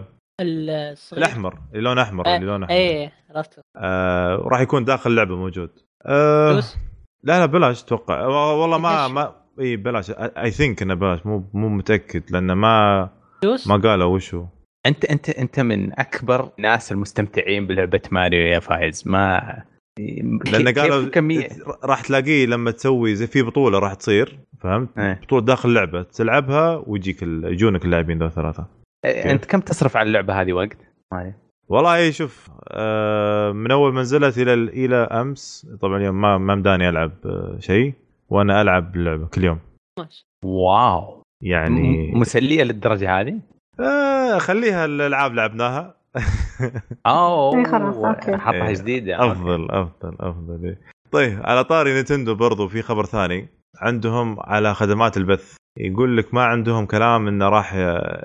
الاحمر اللي لونه احمر آه اللي لونه احمر ايه عرفته. آه راح يكون داخل اللعبه موجود. آه لا لا بلاش اتوقع والله ما ما اي بلاش. اي ثينك انه بلاش، مو مو متاكد لانه ما دوس؟ ما قالوا وش هو. انت انت انت من اكبر ناس المستمتعين بلعبه ماريو يا فايز. ما لان قالوا كمية... راح تلاقيه لما تسوي زي في بطوله راح تصير فهمت ايه. بطوله داخل اللعبه تلعبها ويجيك يجونك اللاعبين ذو ثلاثه. انت كم تصرف على اللعبه هذه وقت ماريو؟ والله شوف آه من اول ما نزلت الى الى امس طبعا اليوم ما ما مداني العب آه شيء، وانا العب اللعبه كل يوم. ماشي واو يعني مسليه للدرجه هذه؟ آه خليها الالعاب لعبناها. اوه حطها جديده. افضل افضل افضل. طيب على طاري نينتندو برضو في خبر ثاني عندهم على خدمات البث. يقول لك ما عندهم كلام انه راح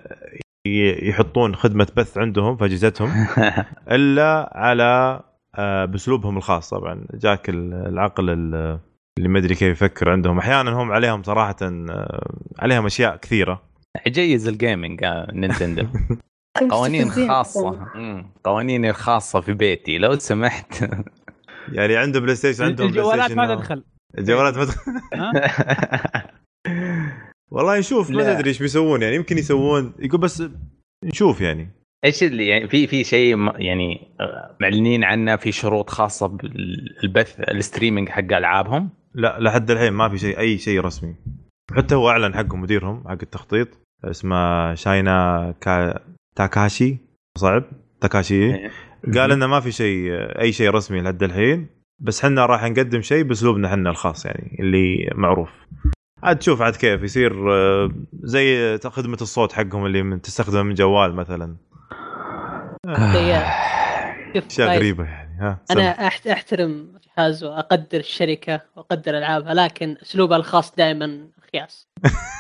يحطون خدمة بث عندهم في أجهزتهم إلا على بأسلوبهم الخاص. طبعا جاك العقل اللي ما أدري كيف يفكر عندهم. أحيانا هم عليهم صراحة عليهم أشياء كثيرة. عجيز الجيمنج نينتندو. قوانين خاصة قوانين الخاصة في بيتي لو سمحت. يعني عنده بلاي ستيشن عندهم الجوالات ما تدخل الجوالات ما تدخل. والله نشوف ما ادري ايش بيسوون يعني. يمكن يسوون يقول بس نشوف يعني ايش اللي يعني في في شيء يعني معلنين عنه في شروط خاصه بالبث الستريمينج حق العابهم. لا لحد الحين ما في شيء اي شيء رسمي. حتى هو اعلن حق مديرهم حق التخطيط اسمه شاينا كا... تاكاشي صعب تاكاشي قال انه ما في شيء اي شيء رسمي لحد الحين، بس حنا راح نقدم شيء باسلوبنا حنا الخاص يعني اللي معروف. عاد تشوف عاد كيف يصير زي خدمة الصوت حقهم اللي من تستخدمه من جوال مثلا. اشياء غريبة يعني. ها انا احترم جهاز واقدر الشركة واقدر العابها، لكن اسلوبها الخاص دائما خياس.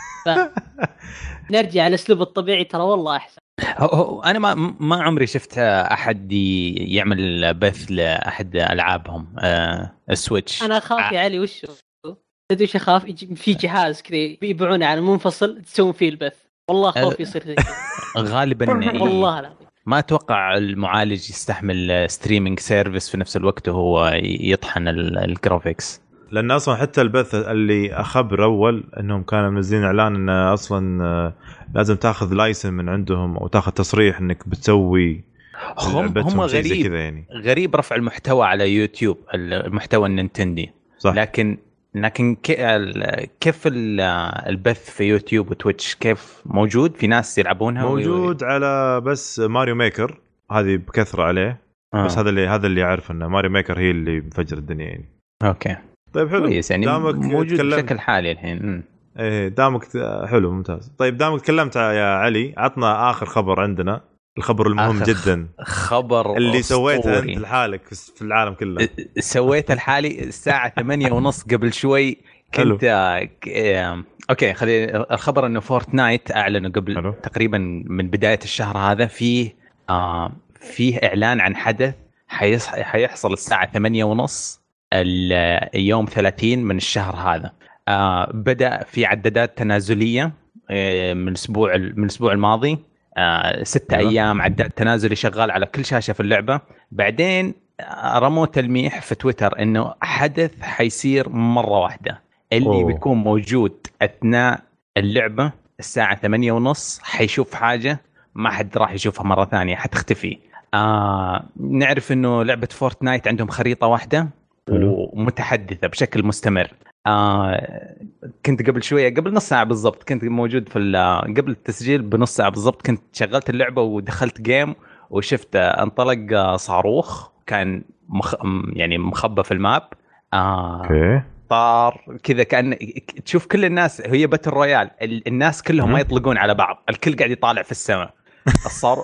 نرجع للاسلوب الطبيعي ترى والله احسن. انا ما ما عمري شفت احد يعمل بث لاحد العابهم. أه السويتش انا اخاف يا علي وش تدري ايش اخاف؟ في جهاز كذا يبيعونه على منفصل تسوون فيه البث. والله خوف يصير زي غالبا. والله لا ما اتوقع المعالج يستحمل ستريمينج سيرفيس في نفس الوقت وهو يطحن الجرافيكس. لان اصلا حتى البث اللي اخبر اول انهم كانوا منزلين اعلان ان اصلا لازم تاخذ لايسن من عندهم او تاخذ تصريح انك بتسوي. هم هم غريب يعني. غريب رفع المحتوى على يوتيوب المحتوى النينتندي صح. لكن لكن كيف البث في يوتيوب وتويتش كيف موجود في ناس يلعبونها؟ موجود وي... على بس ماريو ميكر هذه بكثرة عليه. آه. بس هذا اللي هذا اللي يعرف انه ماريو ميكر هي اللي مفجر الدنيا يعني. اوكي طيب حلو يعني موجود تكلم... بشكل حالي الحين. ايه دامك حلو ممتاز. طيب دامك تكلمت يا علي عطنا اخر خبر عندنا، الخبر المهم جدا، خبر اللي سويته انت لحالك في العالم كله. سويته لحالي الساعه ثمانية ونص قبل شوي كنت آه... اوكي خلي الخبر انه فورتنايت اعلنوا قبل حلو. تقريبا من بدايه الشهر هذا فيه آه... فيه اعلان عن حدث حيص... حيحصل الساعه ثمانية ونص اليوم ثلاثين من الشهر هذا. آه بدأ في عدادات تنازلية آه من الأسبوع من الأسبوع الماضي، آه ستة أيام عداد تنازلي شغال على كل شاشة في اللعبة. بعدين رموا تلميح في تويتر إنه حدث حيصير مرة واحدة، اللي أوه. بيكون موجود أثناء اللعبة الساعة ثمانية ونص حيشوف حاجة ما حد راح يشوفها مرة ثانية، حتختفي. آه نعرف إنه لعبة فورتنايت عندهم خريطة واحدة ومتحدثة بشكل مستمر. آه كنت قبل شوية قبل نص ساعة بالضبط كنت موجود في قبل التسجيل بنص ساعة بالضبط كنت شغلت اللعبة ودخلت جيم وشفت انطلق صاروخ كان مخ... يعني مخبى في الماب. آه okay. طار كذا كأن تشوف كل الناس هي باتل رويال، الناس كلهم ما يطلقون على بعض، الكل قاعد يطالع في السماء. الصاروخ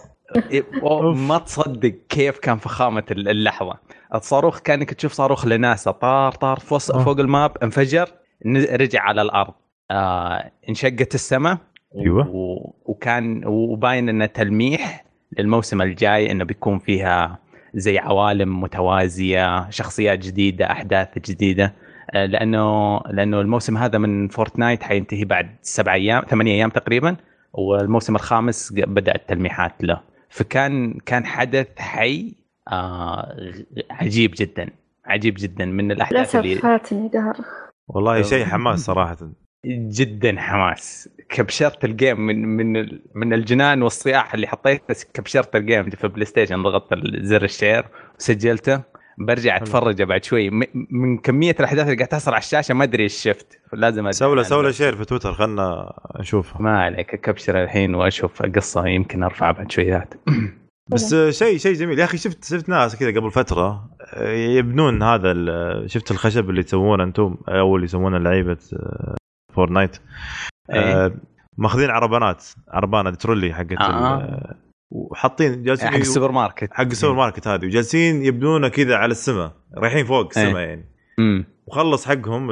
ما تصدق كيف كان فخامة اللحظة. الصاروخ كانك تشوف صاروخ لناسا طار طار فوق الماب، انفجر رجع على الأرض، آه انشقت السماء. أيوة. وكان وباين انه تلميح للموسم الجاي انه بيكون فيها زي عوالم متوازية، شخصيات جديدة، أحداث جديدة، لأنه لأنه الموسم هذا من فورتنايت حينتهي بعد سبع أيام ثمانية أيام تقريبا، والموسم الخامس بدأت التلميحات له. فكان كان حدث حي آه عجيب جدا عجيب جدا من الأحداث اللي فاتني دهر والله شيء حماس صراحة جدا حماس. كبشرت الجيم من من من الجنان والصياح اللي حطيته، كبشرت الجيم في بلاي ستيشن، ضغطت زر الشير وسجلته. برجع اتفرج بعد شوي من كميه الاحداث اللي قاعد تحصل على الشاشه ما ادري ايش شفت، لازم سوله سوله شير في تويتر خلنا نشوفها. ما عليك كبشر الحين واشوف القصه يمكن ارفعها بعد شويات. بس شيء شيء جميل يا اخي. شفت شفت ناس كذا قبل فتره يبنون هذا، شفت الخشب اللي تسوونه انتم او اللي يسمونه لعيبه فورتنايت، أيه. ماخذين عربانات عربانه ترولي حقت آه. وحاطين جالسين حق السوبر ماركت حق السوبر ماركت هذه، وجالسين يبنونه كذا على السماء، رايحين فوق السماء أيه. يعني. امم وخلص حقهم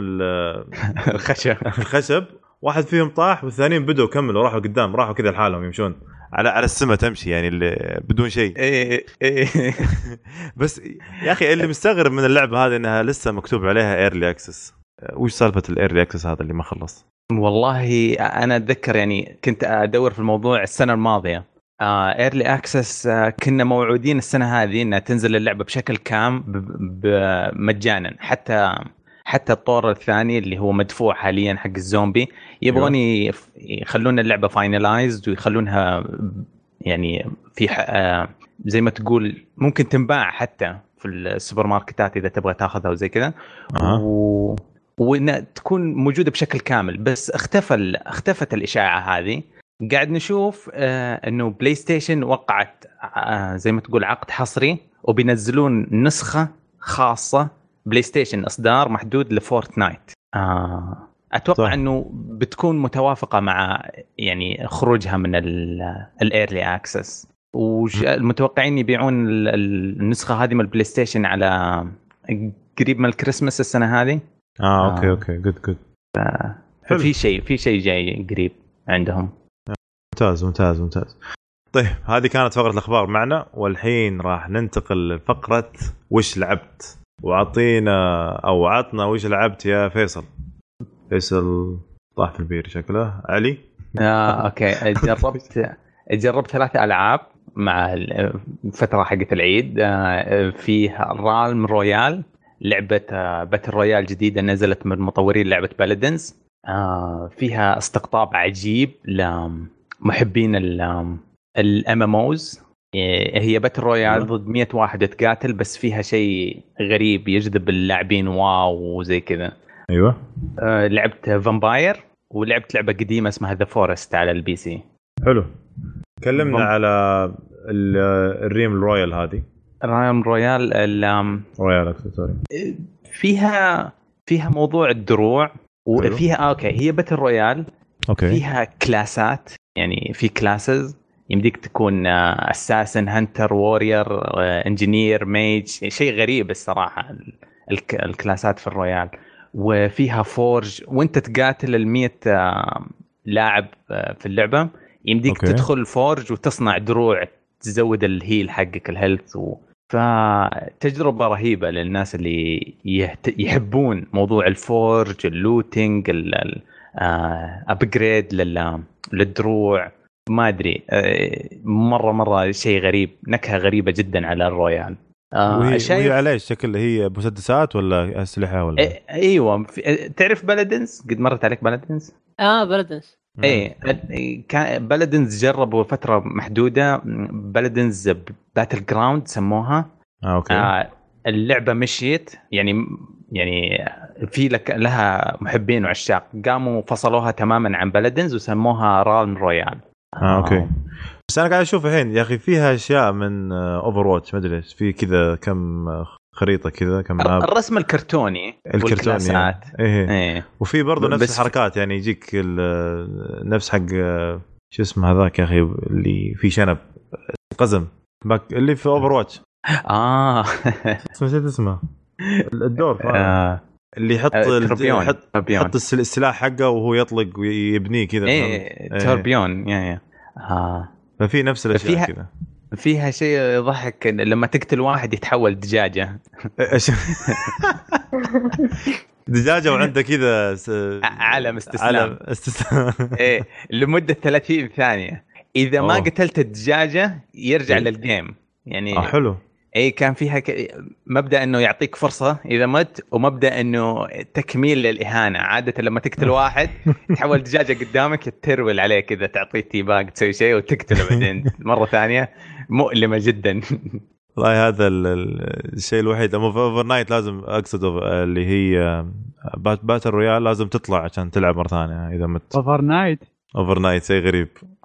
الخشب الخشب واحد فيهم طاح والثانيين بدوا كملوا راحوا قدام، راحوا كذا لحالهم يمشون على على السماء تمشي يعني اللي بدون شيء. ايه ايه بس يا اخي اللي مستغرب من اللعبه هذه انها لسه مكتوب عليها ايرلي اكسس. وش سالفه الايرلي اكسس هذا اللي ما خلص؟ والله انا اتذكر يعني كنت ادور في الموضوع السنه الماضيه. ايرلي uh, اكسس uh, كنا موعودين السنه هذه انها تنزل اللعبه بشكل كام مجانا، حتى حتى الطور الثاني اللي هو مدفوع حاليا حق الزومبي يبغون يخلون اللعبه فاينلايزد ويخلونها يعني في uh, زي ما تقول ممكن تنباع حتى في السوبر ماركتات اذا تبغى تاخذها وزي كذا. أه. و... وإنها تكون موجودة بشكل كامل. بس اختفى اختفت الإشاعة هذه. قاعد نشوف آه إنه بلاي ستيشن وقعت آه زي ما تقول عقد حصري، وبينزلون نسخة خاصة بلاي ستيشن إصدار محدود لفورتنايت. آه أتوقع صح. إنه بتكون متوافقة مع يعني خروجها من الإيرلي أكسس، والمتوقعين يبيعون النسخة هذه من البلاي ستيشن على قريب من الكريسماس السنة هذه. اه اوكي اوكي جود جود. ففي شيء في شيء جاي قريب عندهم. ممتاز ممتاز ممتاز. طيب هذه كانت فقرة الأخبار معنا، والحين راح ننتقل لفقرة وش لعبت. وعطينا أو عطنا وش لعبت يا فيصل. فيصل طاح في البير شكله. علي آه أوكي جربت جربت ثلاث ألعاب مع الفترة حقت العيد. آه فيه رالم رويال، لعبة باتل رويال جديدة نزلت من مطورين لعبة بالادنز. آه فيها استقطاب عجيب لمحبين الام ام اوز. هي باتل رويال ضد مية واحد تقاتل، بس فيها شيء غريب يجذب اللاعبين واو وزي كذا. ايوه. آه لعبت فامباير، ولعبت لعبة قديمة اسمها ذا فورست على البي سي. حلو. كلمنا فم... على الريم رويال هذه. رام رويال ال رويال اكسسوري فيها فيها موضوع الدروع، وفيها اوكي هي باتل رويال. اوكي فيها كلاسات، يعني في كلاسز يمديك تكون اساسن هانتر وورير انجينير ميج، شيء غريب الصراحه الكلاسات في الرويال. وفيها فورج، وانت تقاتل المية لاعب في اللعبه يمديك أوكي. تدخل فورج وتصنع دروع تزود الهيل حقك الهيلث و... فتجربة رهيبة للناس اللي يهت... يحبون موضوع الفورج اللوتينج الابجريد لل... للدروع ما أدري مرة مرة شيء غريب نكهة غريبة جدا على الرويال. آه وهي, شايف... وهي عليه شكل هي مسدسات ولا أسلحة ولا إيه أيوة في... تعرف بلدنز قد مرت عليك بلدنز؟ آه بلدنز ايه كان بلدنز جربوا فتره محدوده بلدنز باتل جراوند سموها آه، أوكي. آه اللعبه مشيت يعني يعني في لك لها محبين وعشاق قاموا فصلوها تماما عن بلدنز وسموها رالم رويال. اه اوكي بس انا قاعد اشوف الحين يا اخي فيها اشياء من اوفر واتش ما ادري ايش في كذا كم خريطه كذا كم ماب. الرسم الكرتوني الكرتوني ايه. ايه وفي برضه نفس الحركات يعني يجيك نفس حق شو اسمه هذاك يا اخي اللي في شنب قزم اللي في اوفر واتش اه نسيت اسمه الدور آه. اللي يحط يحط يحط السلاح حقه وهو يطلق ويبنيه كذا. ايه توربيون يعني اه ففي نفس الاشياء كذا. فيها شيء يضحك لما تقتل واحد يتحول دجاجة. دجاجة وعنده كذا س... علم استسلام. علم استسلام. إيه لمدة ثلاثين ثانية إذا أوه. ما قتلت الدجاجة يرجع إيه؟ للجيم يعني. آه حلو. اي كان فيها ك... مبدا انه يعطيك فرصه اذا مت ومبدا انه تكميل للاهانه. عاده لما تقتل واحد تحول دجاجه قدامك تترول عليه كذا تعطيه تيباج تسوي شيء وتقتله بعدين مره ثانيه مؤلمه جدا. والله هذا الشيء الوحيد اما في اوفر نايت لازم اقصد اللي هي باتل رويال لازم تطلع عشان تلعب مره ثانيه اذا مت. اوفر نايت اوفر نايت شيء غريب.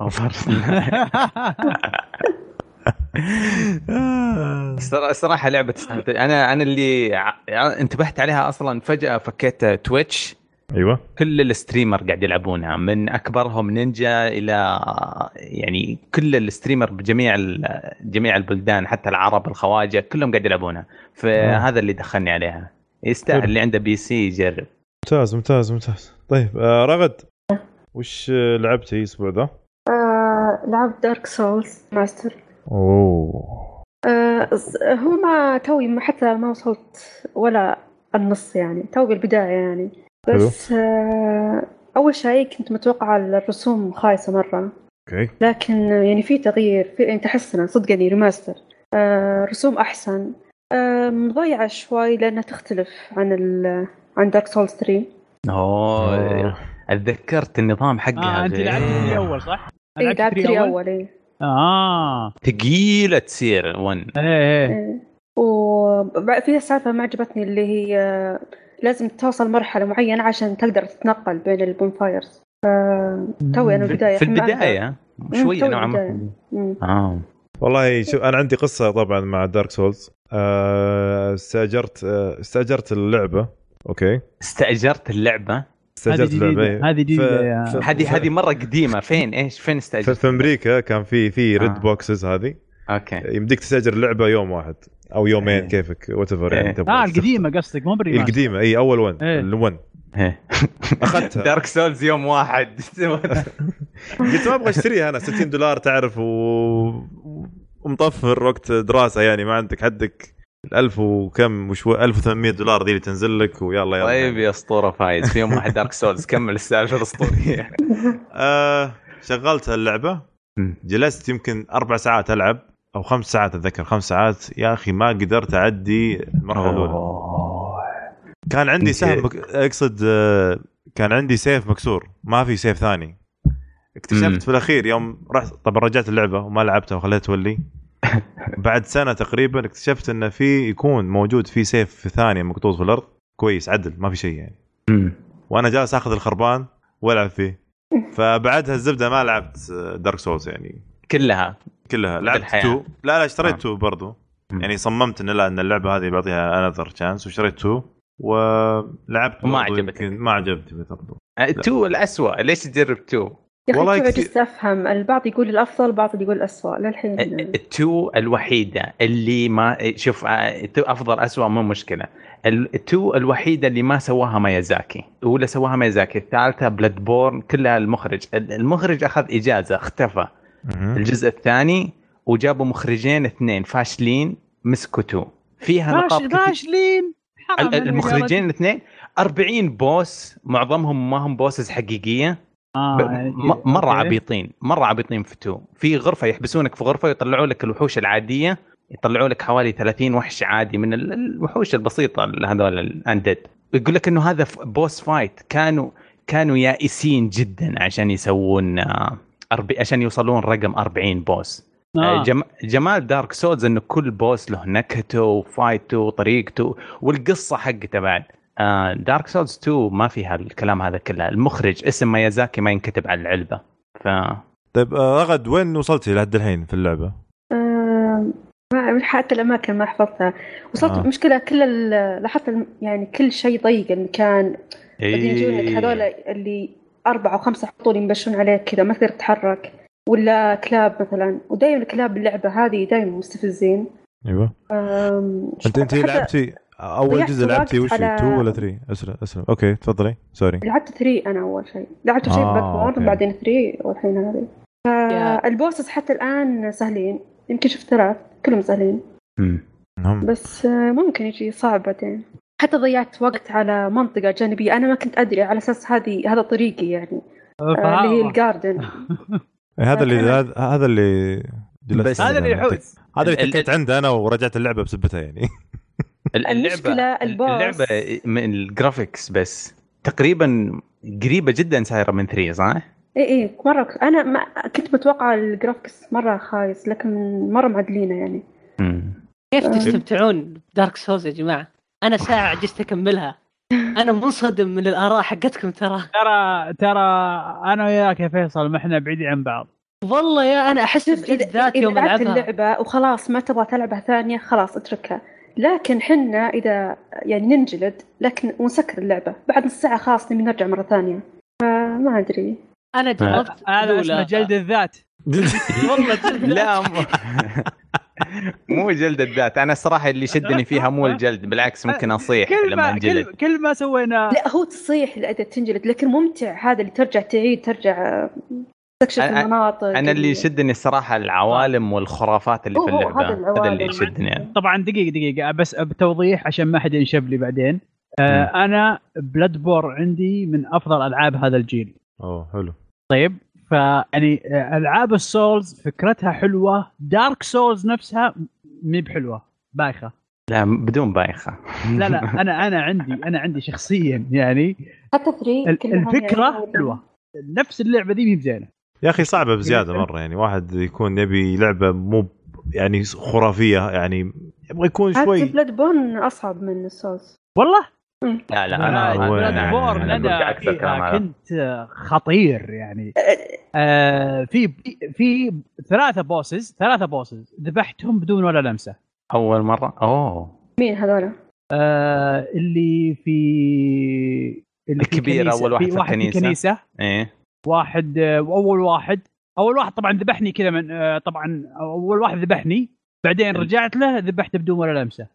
الصراحة لعبة أنا أنا اللي انتبهت عليها أصلا فجأة فكيت تويتش. أيوة كل الستريمر قاعد يلعبونها من أكبرهم نينجا إلى يعني كل الستريمر بجميع جميع البلدان حتى العرب الخواجة كلهم قاعد يلعبونها. فهذا اللي دخلني عليها. يستاهل اللي عنده بي سي يجرب. ممتاز ممتاز ممتاز. طيب آه رغد وش لعبتي الأسبوع ذا؟ آه لعبت دارك سولز ماستر. اوه آه هو ما توي ما حتى ما وصلت ولا النص يعني توي بالبداية يعني بس آه أول شيء كنت متوقعة الرسوم خايسة مرة. اوكي لكن يعني في تغيير في يعني تحسن صدقني ريماستر. آه رسوم أحسن. آه مضيعة شوي لأنها تختلف عن ال عن دارك سولز ثري. اوه اتذكرت النظام حقها. آه انت لعبت ثري أول صح؟ اي لعبت ثري أول ايه. اه ثقيلة تصير ون. ايه ايه وفيها سالفة ما عجبتني اللي هي لازم توصل مرحلة معينة عشان تقدر تتنقل بين البونفايرز. توي انا البداية في البداية شوي نوعا ما. اه والله شو انا عندي قصة طبعا مع دارك سولز. آه استاجرت آه استاجرت اللعبة. اوكي استاجرت اللعبة. استاجرت اللعبة هذه جديدة. هذه هذه مرة قديمة. فين ايش فين استاجرت؟ في امريكا كان في في ريد آه. بوكسز هذه. اوكي يمديك تستاجر اللعبة يوم واحد او يومين ايه. كيفك وات ايفر يعني تبغى. اه القديمة قصدك مو بريماستر. القديمة اي اول ون ايه. الون اخذتها دارك سولز يوم واحد. قلت ما ابغى اشتريها انا ستين دولار تعرف و... ومطفر وقت دراسة يعني ما عندك حدك الألف وكم وشو ألف وثمانمية دولار دي اللي تنزل لك ويلا يلا. طيب يا اسطوره فايز في يوم واحد دارك سولز كمل السالفه الاسطوريه. آه شغلت اللعبه جلست يمكن أربع ساعات ألعب أو خمس ساعات أتذكر خمس ساعات يا أخي ما قدرت أعدي المرحلة الأولى. كان عندي سهم مك... أقصد كان عندي سيف مكسور ما في سيف ثاني. اكتشفت في الأخير يوم رحت طبعا رجعت اللعبة وما لعبتها وخليتها تولي. بعد سنة تقريبا اكتشفت انه في يكون موجود في سيف ثاني مقطوط في الارض كويس عدل ما في شيء يعني. وانا جالس اخذ الخربان والعب فيه. فبعدها الزبدة ما لعبت دارك سولز يعني كلها كلها لعبت تو. لا لا اشتريت تو برضو يعني صممت ان لا ان اللعبة هذه بعطيها انذر تشانس واشتريت تو ولعبت وما عجبتني ما عجبتني برضو. تو الأسوأ ليش تجرب تو؟ والله كنت أفهم البعض يقول الأفضل بعض يقول الأسوأ للحين. التو الوحيدة اللي ما شوف أفضل أسوأ مو مشكلة. التو الوحيدة اللي ما سواها ميازاكي ولا سواها ميازاكي. الثالثة بلاد بورن كلها المخرج المخرج أخذ إجازة اختفى. الجزء الثاني وجابوا مخرجين اثنين فاشلين مسكوا تو فيها نقاط فاشلين. المخرجين الاثنين أربعين بوس معظمهم ما هم بوسز حقيقيه. آه يعني مره عبيطين مره عبيطين في تو. في غرفه يحبسونك في غرفه يطلعوا لك الوحوش العاديه، يطلعوا لك حوالي ثلاثين وحش عادي من الوحوش البسيطه هذول الاندد، يقول لك انه هذا بوس فايت. كانوا كانوا يائسين جدا عشان يسوون أربع عشان يوصلون رقم أربعين بوس. آه. جم... جمال دارك سولز انه كل بوس له نكهته وفايته وطريقته والقصه حقته. بعد آه دارك سولز تو ما فيها الكلام هذا كله. المخرج اسم ميازاكي ما ينكتب على العلبه. ف طيب رغد وين وصلتي لحد الحين في اللعبه؟ آه... حتى الاماكن ما حفظتها. وصلت آه. مشكله كل لاحظت يعني كل شيء ضيق المكان. إيه. يجونك هذول اللي أربعة أو خمسة حطول ينبشون عليك كذا ما تقدر تتحرك، ولا كلاب مثلا. ودايما الكلاب باللعبة هذه دايما مستفزين. ايوه. انت انت لعبتي اول جزء لعبتي وش على... تو ولا ثري؟ اسرع اسرع. اوكي تفضلي. سوري لعبت ثري انا اول شيء. لعبت شيء آه باك بعدين ثري والحين هذه. فالبوسس حتى الان سهلين، يمكن شفت ثلاث كلهم سهلين. امم بس ممكن يجي صعب بعدين. حتى ضيعت وقت على منطقة جانبية أنا ما كنت أدري على أساس هذه هذا طريقي يعني آه اللي هي الجاردن. هذا اللي هذا اللي بس هذا اللي يحوس هذا اللي تكيت عنده أنا ورجعت اللعبة بسبتها يعني. اللعبة اللعبة من الجرافيكس بس تقريبا قريبة جدا سايرة من ثري صح؟ إيه إيه مرة. أنا ما كنت متوقع الجرافيكس مرة خايس لكن مرة معدلينه يعني. مم. كيف تستمتعون بدارك سولز يا جماعة؟ أنا ساعة عجزت أكملها. أنا منصدم من الآراء حقتكم. ترى ترى ترى أنا وياك يا فيصل ما إحنا بعيدين عن بعض. والله يا أنا أحس بجد ذات يوم ألعبها اللعبة وخلاص ما تبغى تلعبها ثانية خلاص اتركها. لكن حنا إذا يعني ننجلد لكن ونسكر اللعبة بعد نص ساعة خلاص نبي نرجع مرة ثانية. فما أدري. أنا جربت. هذا اسمه جلد الذات. والله جلد لا مو جلد الذات. أنا الصراحة اللي شدني فيها مو الجلد، بالعكس ممكن أصيح لما انجلد. كل ما سوينا لا هو تصيح إذا تنجلد لكن ممتع هذا اللي ترجع تعيد ترجع تكشف المناطق. أنا اللي يشدني الصراحة العوالم والخرافات اللي في اللعبة. هذا اللي يشدني يعني. طبعا دقيقة دقيقة بس بتوضيح عشان ما حد ينشب لي بعدين. آه أنا بلاد بور عندي من أفضل ألعاب هذا الجيل. أوه حلو. طيب فيعني ألعاب السولز فكرتها حلوة. دارك سولز نفسها مي بحلوة بايخة. لا بدون بايخة. لا لا أنا أنا عندي أنا عندي شخصيا يعني حتى ثري الفكرة يعني حلوة. نفس اللعبة دي مي بزينة يا أخي. صعبة بزيادة مرة يعني. واحد يكون يبي لعبة مو يعني خرافية يعني يبغى يكون شوي. حتى بلاد بورن أصعب من السولز والله. لا لا أنا بلاد بورن أنا كنت خطير يعني. آه في في ثلاثة بوسز ثلاثة بوسز ذبحتهم بدون ولا لمسة أول مرة. أوه مين هذول؟ آه اللي في اللي الكبير أول واحد في الكنيسة. الكنيسة. إيه واحد أول واحد أول واحد طبعا ذبحني كذا من آه طبعا أول واحد ذبحني بعدين رجعت له ذبحته بدون ولا لمسة.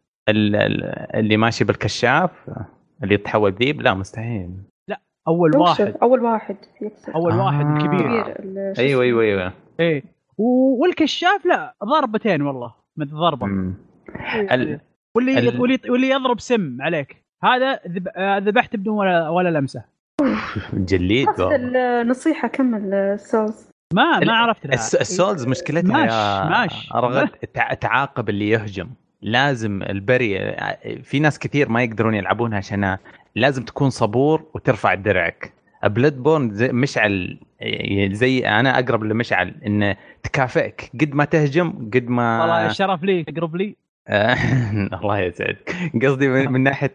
اللي ماشي بالكشاف اللي يتحول ذيب. لا مستحيل. لا أول واحد أول واحد أول آه. واحد الكبير. أيوة أيوة أيوة إيه والكشاف لا ضربتين والله متضربة. ال... واللي ال... واللي واللي يضرب سم عليك هذا ذبحت بدون ولا ولا لمسة. جليد. النصيحة كمل السولز. ما ما عرفت لها. السولز مشكلتها ماش ماش رغد تعاقب اللي يهجم. لازم البري. في ناس كثير ما يقدرون يلعبونها عشان لازم تكون صبور وترفع درعك. بلاد بورن زي مشعل زي انا اقرب لمشعل ان تكافئك قد ما تهجم قد ما. والله الشرف لي تقرب لي. الله يسعدك. قصدي من, من ناحيه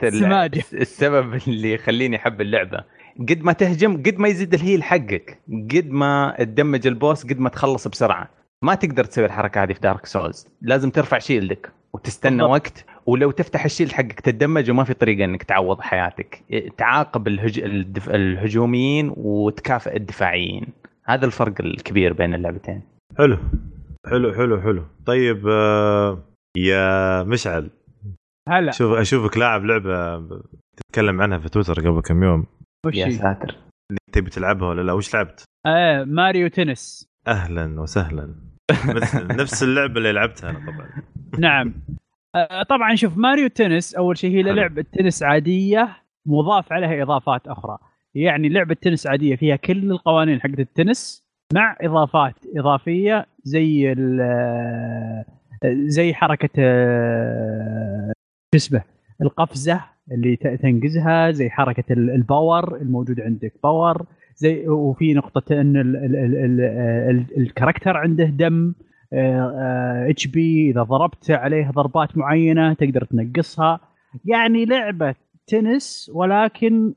السبب اللي يخليني احب اللعبه قد ما تهجم قد ما يزيد الهيل حقك قد ما تدمج البوس قد ما تخلص بسرعه. ما تقدر تسوي الحركه هذه في دارك سولز. لازم ترفع شيلدك وتستنى بالضبط. وقت ولو تفتح الشيل حقك تدمج وما في طريقه انك تعوض حياتك. تعاقب الهج... الدف... الهجوميين وتكافئ الدفاعيين. هذا الفرق الكبير بين اللعبتين. حلو حلو حلو حلو. طيب آه يا مشعل هلا شوف اشوفك لاعب لعبه تتكلم عنها في تويتر قبل كم يوم. يا ساتر. تبي تلعبها ولا لا؟ وش لعبت؟ آه ماريو تنس. اهلا وسهلا. نفس اللعبه اللي لعبتها انا طبعا. نعم طبعا شوف ماريو تنس اول شيء هي لعبه تنس عاديه مضاف عليها اضافات اخرى. يعني لعبه تنس عاديه فيها كل القوانين حقت التنس مع اضافات اضافيه زي زي حركه اسمه القفزه اللي تنقزها، زي حركه الباور الموجود عندك باور، زي وفي نقطه ان ال ال ال ال ال الكاركتر عنده دم اتش بي، اذا ضربت عليه ضربات معينه تقدر تنقصها. يعني لعبه تنس ولكن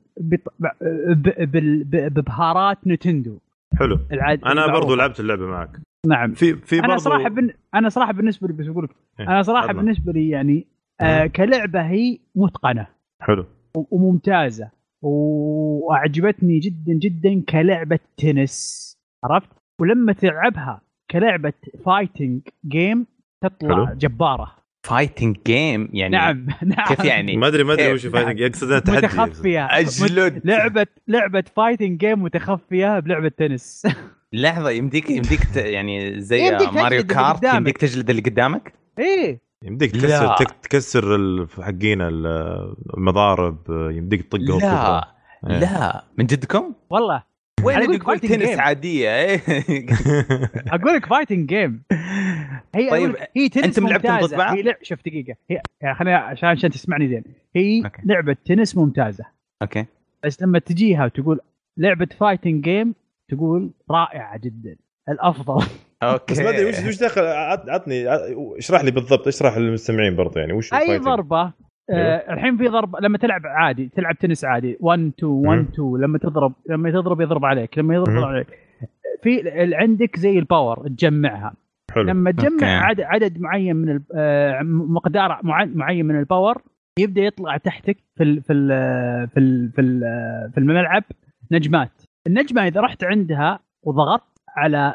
ببهارات نينتندو. حلو. انا برضو لعبت اللعبه معك. نعم. في في انا برضو... صراحه بن... انا صراحه بالنسبه لي بس اقول لك انا صراحه أدنى. بالنسبه لي يعني آه كلعبه هي متقنه حلو وممتازه واعجبتني جدا جدا كلعبه تنس، عرفت؟ ولما تلعبها كلعبه فايتنج جيم تطلع حلو. جباره. فايتنج جيم يعني نعم نعم كيف يعني؟ ما ادري ما ادري وش فايتنج يقصد تحدي متخفيه اجلد لعبه لعبه فايتنج جيم متخفيه بلعبه تنس. لحظه يمديك يمديك ت... يعني زي يمديك ماريو كارت يمديك تجلد اللي قدامك. ايه يمديك تكسر تك... تكسر حقين المضارب، يمديك تطقهم. لا إيه. لا من جدكم والله وين اللي يقول تنس عاديه؟ ايه اقول لك فايتنج جيم هي. طيب هي تنس انتم لعبتوا ضد بعض؟ هي لعب شوف دقيقه هي يعني خليني عشان عشان تسمعني زين. هي أوكي. لعبه تنس ممتازه اوكي، بس لما تجيها وتقول لعبه فايتنج جيم تقول رائعه جدا الافضل. اوكي بس ما ادري وش وش دخل. عطني اشرح لي بالضبط، اشرح للمستمعين برضه يعني وش اي فايتنج. ضربه آه الحين في ضربه لما تلعب عادي تلعب تنس عادي واحد اثنين واحد اثنين لما تضرب لما تضرب يضرب عليك لما يضرب يضرب عليك. في عندك زي الباور تجمعها. حلو. لما تجمع عدد, عدد معين من مقدار معين من الباور يبدا يطلع تحتك في ال في ال في ال في, ال في الملعب نجمات. النجمه اذا رحت عندها وضغطت على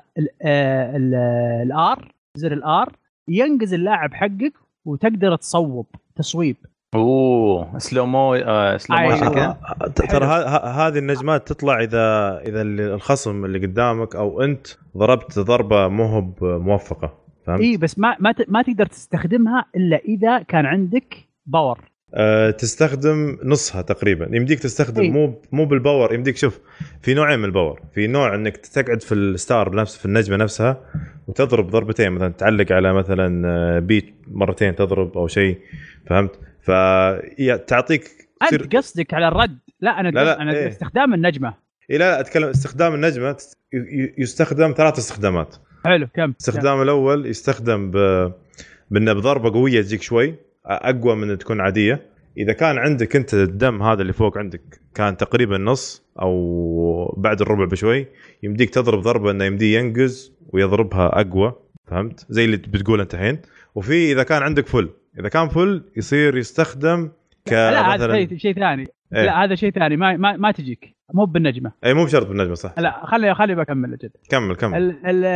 الار زر الار ينقز اللاعب حقك وتقدر تصوب تصويب. اوه سلو مو آه سلو موشن كده. ترى هذه النجمات تطلع اذا اذا الخصم اللي قدامك او انت ضربت ضربه مو هو موفقه، فهمت؟ اي بس ما ما ما تقدر تستخدمها الا اذا كان عندك باور. أه تستخدم نصها تقريبا. يمديك تستخدم إيه؟ مو مو بالباور. يمديك شوف في نوعين من الباور. في نوع انك تقعد في الستار نفسه في النجمه نفسها وتضرب ضربتين، مثلا تعلق على مثلا بيت مرتين تضرب او شيء، فهمت؟ فتعطيك انت قصدك على الرد. لا انا لا لا انا إيه؟ استخدام النجمه. إيه لا لا اتكلم استخدام النجمه. يستخدم ثلاث استخدامات. حلو كم؟ الاستخدام الاول يستخدم ب بان بضربه قويه تجيك شوي اقوى من تكون عاديه. اذا كان عندك انت الدم هذا اللي فوق عندك كان تقريبا نص او بعد الربع بشوي، يمديك تضرب ضربه انه يمديه ينقز ويضربها اقوى، فهمت؟ زي اللي بتقول انت الحين. وفي اذا كان عندك فل، اذا كان فل يصير يستخدم ك لا هذا شيء شيء ثاني. إيه؟ لا هذا شيء ثاني ما ما, ما تجيك مو بالنجمه. اي مو بشرط بالنجمه صح. لا خلي خلي بكمل جد. كمل كمل. ال ال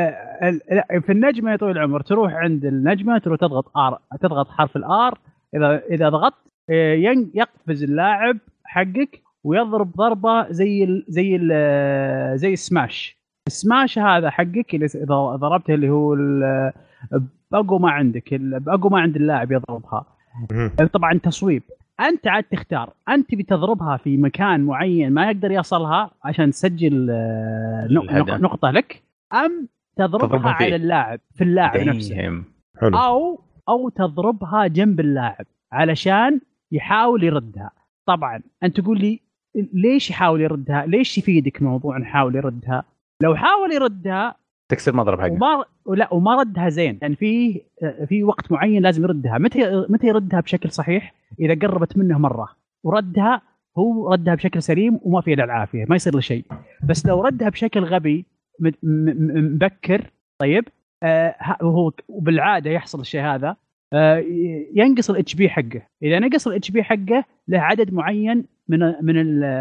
ال في النجمه يا طويل العمر تروح عند النجمه تروح تضغط ار تضغط حرف الار. اذا اذا ضغطت يقفز اللاعب حقك ويضرب ضربه زي ال زي ال زي السماش. السماش هذا حقك اللي اذا ضربته اللي هو باقو ما عندك باقو ما عند اللاعب يضربها. طبعا تصويب انت عاد تختار انت بتضربها في مكان معين ما يقدر يصلها عشان تسجل نقطه لك، ام تضربها على اللاعب في اللاعب ديهم. نفسه حلو. او او تضربها جنب اللاعب علشان يحاول يردها. طبعا انت تقول لي ليش يحاول يردها؟ ليش يفيدك موضوع نحاول يردها؟ لو حاول يردها تكسر مضرب حقه وما لا وما ردها زين، يعني في في وقت معين لازم يردها. متى متى يردها بشكل صحيح؟ اذا قربت منه مره وردها هو ردها بشكل سليم وما فيها العافيه ما يصير له شيء. بس لو ردها بشكل غبي مبكر طيب آه وهو بالعاده يحصل الشيء هذا آه ينقص الاتش بي حقه. اذا نقص الاتش بي حقه له عدد معين من من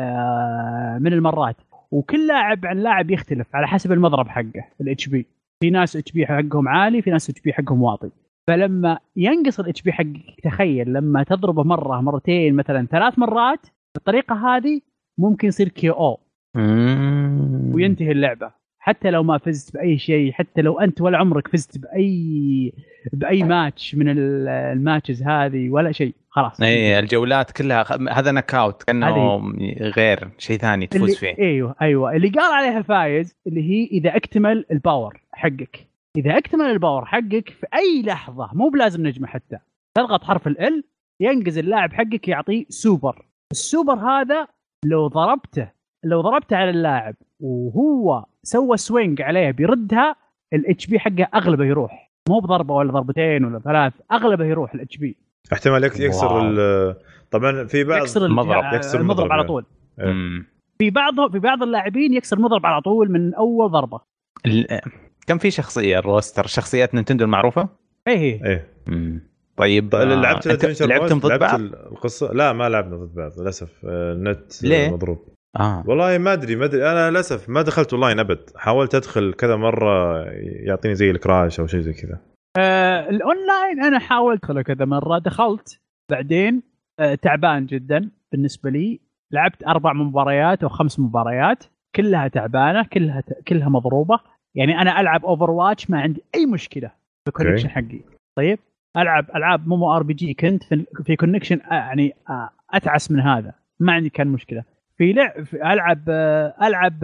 من المرات، وكل لاعب عن لاعب يختلف على حسب المضرب حقه الاتش بي. في ناس اتش بي حقهم عالي، في ناس اتش بي حقهم واطي. فلما ينقص الاتش بي حقك تخيل لما تضربه مره مرتين مثلا ثلاث مرات بالطريقه هذه ممكن يصير كي او وينتهي اللعبه. حتى لو ما فزت باي شيء، حتى لو انت ولا عمرك فزت باي باي ماتش من الماتشز هذه ولا شيء، خلاص اي الجولات كلها هذا نكاوت كانه غير شيء ثاني تفوز فيه. ايوه ايوه اللي قال عليها الفايز اللي هي اذا اكتمل الباور حقك، اذا اكتمل الباور حقك في اي لحظه مو بلازم نجمه، حتى تضغط حرف ال ينقز اللاعب حقك يعطيه سوبر. السوبر هذا لو ضربته لو ضربته على اللاعب وهو سوى سوينج عليه بيردها، الاتش بي حقه اغلبه يروح، مو بضربه ولا ضربتين ولا ثلاث، اغلبه يروح الاتش بي. احتمال يكسر طبعا في بعض يكسر المضرب يكسر المضرب على طول. يعني. في بعض في بعض اللاعبين يكسر المضرب على طول من اول ضربه. كم في شخصيه الروستر شخصيات نينتندو المعروفه؟ ايه ايه امم طيب لعبت لعبتم ضد بعض؟ القصه لا ما لعبنا ضد بعض للاسف، النت ليه؟ مضروب. اه والله ما ادري ما ادري انا للاسف ما دخلت اونلاين ابد، حاولت ادخل كذا مره يعطيني زي الكراش او شيء زي كذا. آه الاونلاين انا حاولت ادخله كذا مره، دخلت بعدين آه تعبان جدا بالنسبه لي، لعبت اربع مباريات او خمس مباريات كلها تعبانه، كلها كلها مضروبه. يعني انا العب اوفر واتش ما عندي اي مشكله في الكونكشن حقي. طيب العب العاب مومو ار بي جي كنت في, في كونكشن يعني اتعس من هذا، ما عندي كان مشكله. في لعب في العب العب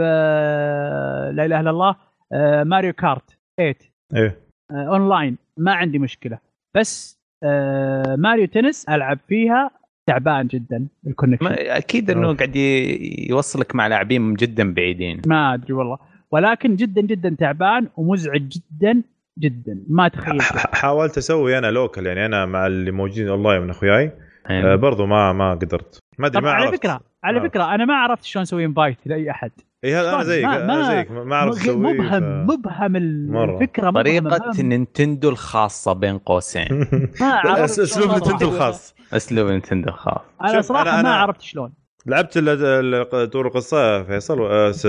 لا اله الا الله ماريو كارت ثمانية ايه اونلاين ما عندي مشكله، بس ماريو تنس العب فيها تعبان جدا الكونكشن. اكيد انه قاعد يوصلك مع لاعبين جدا بعيدين، ما ادري والله، ولكن جدا جدا تعبان ومزعج جدا جدا ما تخيل. حاولت اسوي انا لوكال يعني انا مع اللي موجودين اونلاين من اخوياي آه برضو ما ما قدرت، ما ادري ما على عرفت. فكره على ما فكره انا ما عرفت شلون اسوي انفايت لاي احد. اي هذا انا زيك ما انا زيك ما اعرف اسوي. مبهم ف... مبهم الفكره، طريقه نينتندو الخاصه بين قوسين. اسلوب نينتندو الخاص اسلوب نينتندو الخاص. انا صراحه أنا ما أنا عرفت شلون. لعبت دور القصه فيصل س...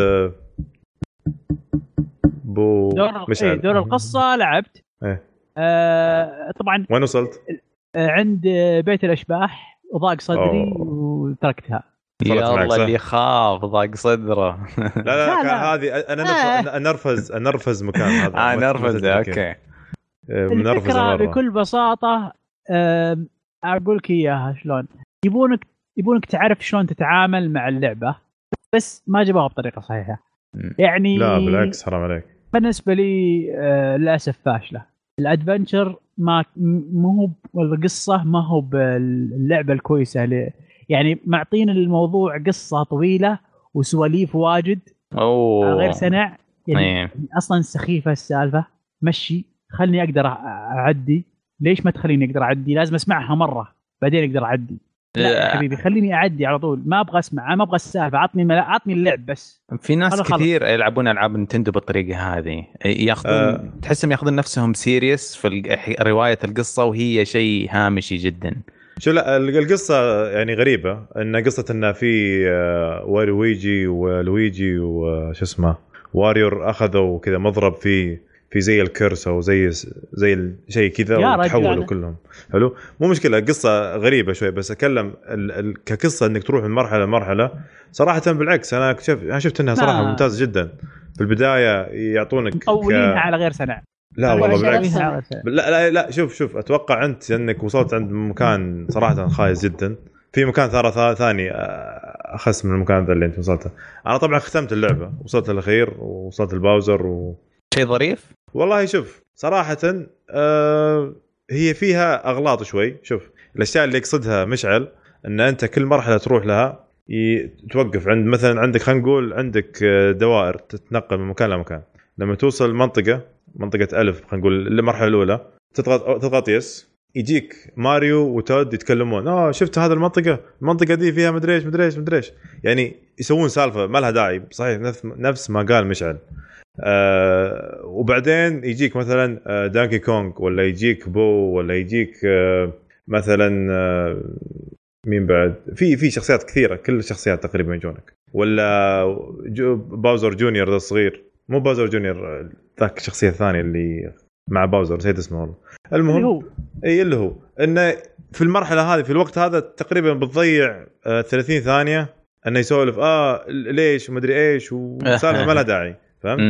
بو دور مش ايه دور القصه لعبت ايه آه طبعا وين وصلت؟ عند بيت الاشباح وضاق صدري أوه. وتركتها. يا الله اللي يخاف ضاق صدره. لا لا, لا هذه انا نرفز نرفز مكان هذا اه نرفز اوكي الفكره بكل بساطه اقول لك اياها شلون يبونك يبونك تعرف شلون تتعامل مع اللعبه، بس ما جابوها بطريقه صحيحه. يعني لا بالعكس حرام عليك. بالنسبه لي آه للاسف فاشله. الادفنتشر ما مو والقصه ما هو باللعبه الكويسه اللي يعني معطين الموضوع قصه طويله وسواليف واجد اوه غير سنع يعني أيه. اصلا سخيفه السالفه. مشي خلني اقدر اعدي، ليش ما تخليني اقدر اعدي؟ لازم اسمعها مره بعدين اقدر اعدي. لا حبيبي خليني اعدي على طول، ما ابغى اسمع ما ابغى السالفه، عطني ملا... عطني اللعب بس. في ناس كثير خلص. يلعبون العاب نينتندو بالطريقه هذه، ياخذون أه. تحسهم ياخذون نفسهم سيريس في روايه القصه وهي شيء هامشي جدا. شو لا القصه يعني غريبه، ان قصه ان في وارويجي ولويجي وش اسمه واريور اخذوا كذا مضرب في في زي الكرس او زي زي الشيء كذا وتحولوا كلهم. حلو مو مشكله، قصه غريبه شوي، بس اتكلم ال... ال... كقصه انك تروح من مرحله لمرحله صراحه بالعكس انا شفت انا شفت انها صراحه ما. ممتازه جدا. في البدايه يعطونك مطولينها ك... على غير سنه. لا والله بالعكس لا لا لا شوف شوف اتوقع انت انك وصلت عند مكان صراحه خايس جدا، في مكان ثاني ثاني اخس من المكان ذا اللي انت وصلته. انا طبعا ختمت اللعبه وصلت الاخير ووصلت الباوزر و... شيء ظريف والله. شوف صراحه آه هي فيها اغلاط شوي. شوف الاشياء اللي يقصدها مشعل ان انت كل مرحله تروح لها توقف عند مثلا عندك خلينا نقول عندك دوائر تتنقل من مكان لمكان. لما توصل منطقه منطقه ألف خلينا نقول المرحله الاولى تضغط تضغط يس، يجيك ماريو وتود يتكلمون اه شفت هذا المنطقه المنطقه دي فيها مدري ايش مدري ايش مدري ايش، يعني يسوون سالفه ما لها داعي. صحيح نفس ما قال مشعل. آه وبعدين يجيك مثلا آه دانكي كونغ ولا يجيك بو ولا يجيك آه مثلا آه مين بعد في في شخصيات كثيره، كل الشخصيات تقريبا يجونك، ولا جو باوزر جونيور الصغير، مو باوزر جونيور ذاك الشخصيه الثانيه اللي مع باوزر نسيت اسمه والله. المهم اي اللي هو انه في المرحله هذه في الوقت هذا تقريبا بتضيع آه ثلاثين ثانيه انه يسولف اه ليش ومدري ايش وسالفه ما لها داعي فهمت.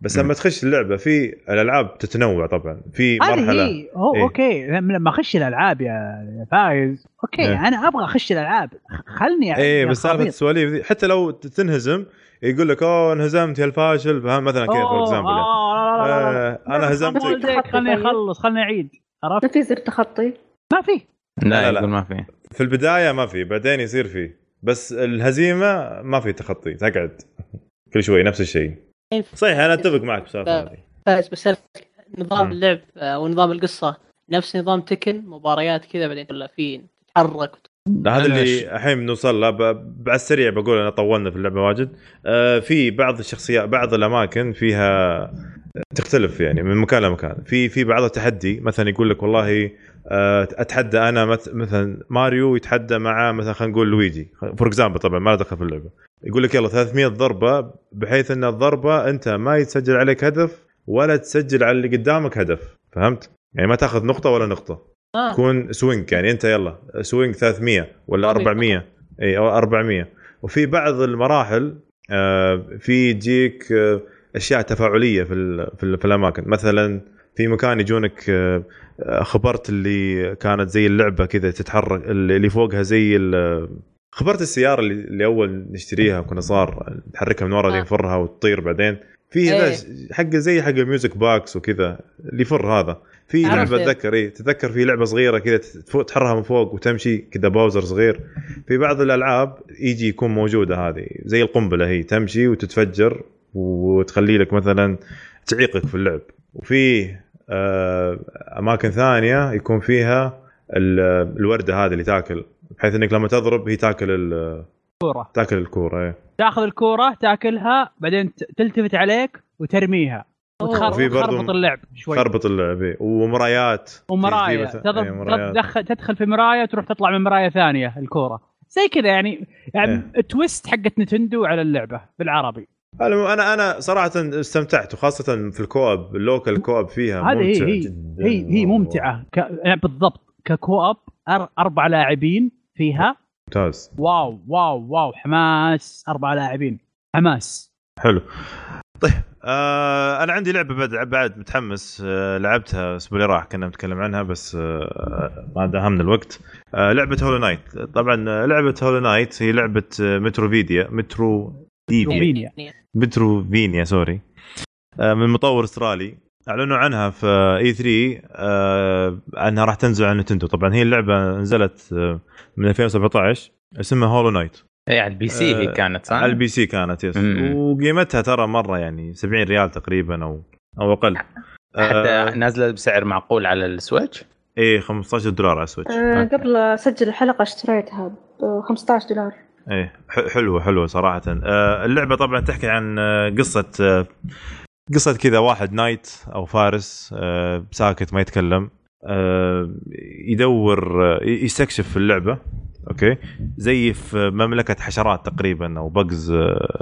بس لما تخش اللعبه في الالعاب تتنوع طبعا في مرحله هي. أو إيه؟ اوكي لما اخش الالعاب يا فايز اوكي إيه؟ انا ابغى اخش الالعاب خلني يعني ايه بس سالفه السواليف حتى لو تنهزم يقول لك اوه انهزمت يا الفاشل فهم مثلا كذا فور اكزامبل آه انا هزمتك خلني اخلص خلني اعيد عرفت ما في زر تخطي ما في لا لا, لا ما في في البدايه ما في بعدين يصير فيه بس الهزيمه ما في تخطي تقعد كل شوي نفس الشيء صحيح انا اتفق معك بصراحه هذه فاز بس نظام اللعب ونظام القصه نفس نظام تكن مباريات كذا بعدين كلها في تتحرك هذا اللي الحين بنوصل له بعد السريع بقول أنا طولنا في اللعبة واجد آه في بعض الشخصيات بعض الأماكن فيها تختلف يعني من مكان لمكان في في بعض التحدي مثلا يقول لك والله آه أتحدى أنا مثلا ماريو يتحدى مع مثلا خلينا نقول لويجي فور إكزامبل طبعا ما له دخل في اللعبة يقول لك يلا ثلاثمية ضربة بحيث أن الضربة أنت ما يتسجل عليك هدف ولا تسجل على اللي قدامك هدف فهمت يعني ما تأخذ نقطة ولا نقطة تكون آه. سوينج يعني انت يلا سوينج ثلاثمية ولا أربعمية اي او أربعمية وفي بعض المراحل آه في يجيك آه اشياء تفاعليه في في, في الاماكن مثلا في مكان يجونك آه خبرت اللي كانت زي اللعبه كذا تتحرك اللي فوقها زي خبرت السياره اللي, اللي اول نشتريها كنا صار نحركها من ورا آه. نفرها وتطير بعدين في هذا ايه. حق زي حق الميوزك باكس وكذا اللي يفر هذا في لعبه اتذكر ايه تذكر في لعبه صغيره كذا تحرها من فوق وتمشي كذا باوزر صغير في بعض الالعاب يجي يكون موجوده هذه زي القنبله هي تمشي وتتفجر وتخلي لك مثلا تعيقك في اللعب وفي اماكن ثانيه يكون فيها الورده هذه اللي تاكل بحيث انك لما تضرب هي تاكل الكوره تاكل الكوره ايه. تاخذ الكوره تاكلها بعدين تلتفت عليك وترميها وتخربط اللعب شوي خربط اللعب ومرايات ومرايا تدخل تدخل في مرايه تروح تطلع من مرايه ثانيه الكوره زي كذا يعني يعني إيه. التويست حقت نتندو على اللعبه بالعربي انا انا صراحه استمتعت وخاصه في الكواب اللوكال كواب فيها ممتع هي جدا هي هي ممتعه ك... يعني بالضبط ككواب اربع لاعبين فيها ممتاز واو واو واو حماس اربع لاعبين حماس حلو. طيب آه انا عندي لعبه بعد بعد متحمس آه لعبتها الاسبوع اللي راح كنا نتكلم عنها بس آه ما داهمنا الوقت آه لعبه هولو نايت. طبعا لعبه هولو نايت هي لعبه متروفيديا مترو متروفينيا متروفينيا سوري آه من مطور استرالي اعلنوا عنها في اي ثري آه انها راح تنزل على نينتندو. طبعا هي اللعبه نزلت آه من ألفين وسبعطعش اسمها هولو نايت اي على البي سي هي كانت صح؟ على البي سي كانت يس م-م. وقيمتها ترى مره يعني سبعين ريال تقريبا او او اقل حتى آه نازله بسعر معقول على السويتش. ايه خمسة عشر دولار على السويتش. آه قبل اسجل الحلقه اشتريتها ب خمسة عشر دولار. ايه حلوه حلوه صراحه. آه اللعبه طبعا تحكي عن قصه آه قصه كذا واحد نايت او فارس آه ساكت ما يتكلم آه يدور آه يستكشف في اللعبه اوكي زي في مملكه حشرات تقريبا او بجز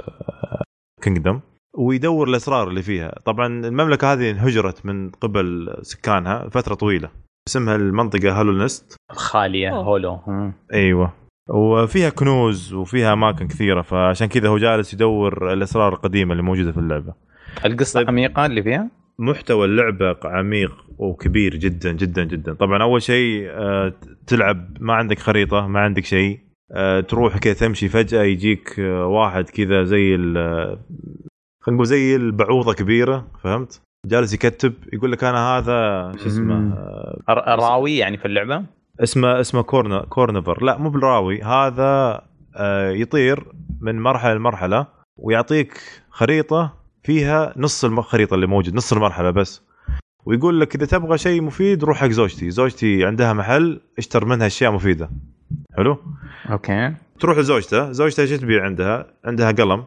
كينجدم ويدور الاسرار اللي فيها. طبعا المملكه هذه انهجرت من قبل سكانها فتره طويله اسمها المنطقه هولو نست خاليه هولو ايوه وفيها كنوز وفيها اماكن كثيره فعشان كذا هو جالس يدور الاسرار القديمه اللي موجوده في اللعبه. القصه طيب. عميقه اللي فيها محتوى اللعبة عميق وكبير جدا جدا جدا. طبعا أول شيء أه تلعب ما عندك خريطة ما عندك شيء أه تروح كذا تمشي فجأة يجيك أه واحد كذا زي خلينا نقول زي البعوضة كبيرة فهمت جالس يكتب يقول لك أنا هذا شو اسمه أه راوي يعني في اللعبة اسمه اسمه كورن كورنفر لا مو بالراوي هذا أه يطير من مرحلة لمرحلة ويعطيك خريطة فيها نص الخريطة اللي موجود نص المرحلة بس ويقول لك إذا تبغى شيء مفيد روح حق زوجتي زوجتي عندها محل اشتر منها أشياء مفيدة. حلو أوكي تروح لزوجته زوجته ايش تبيع عندها عندها قلم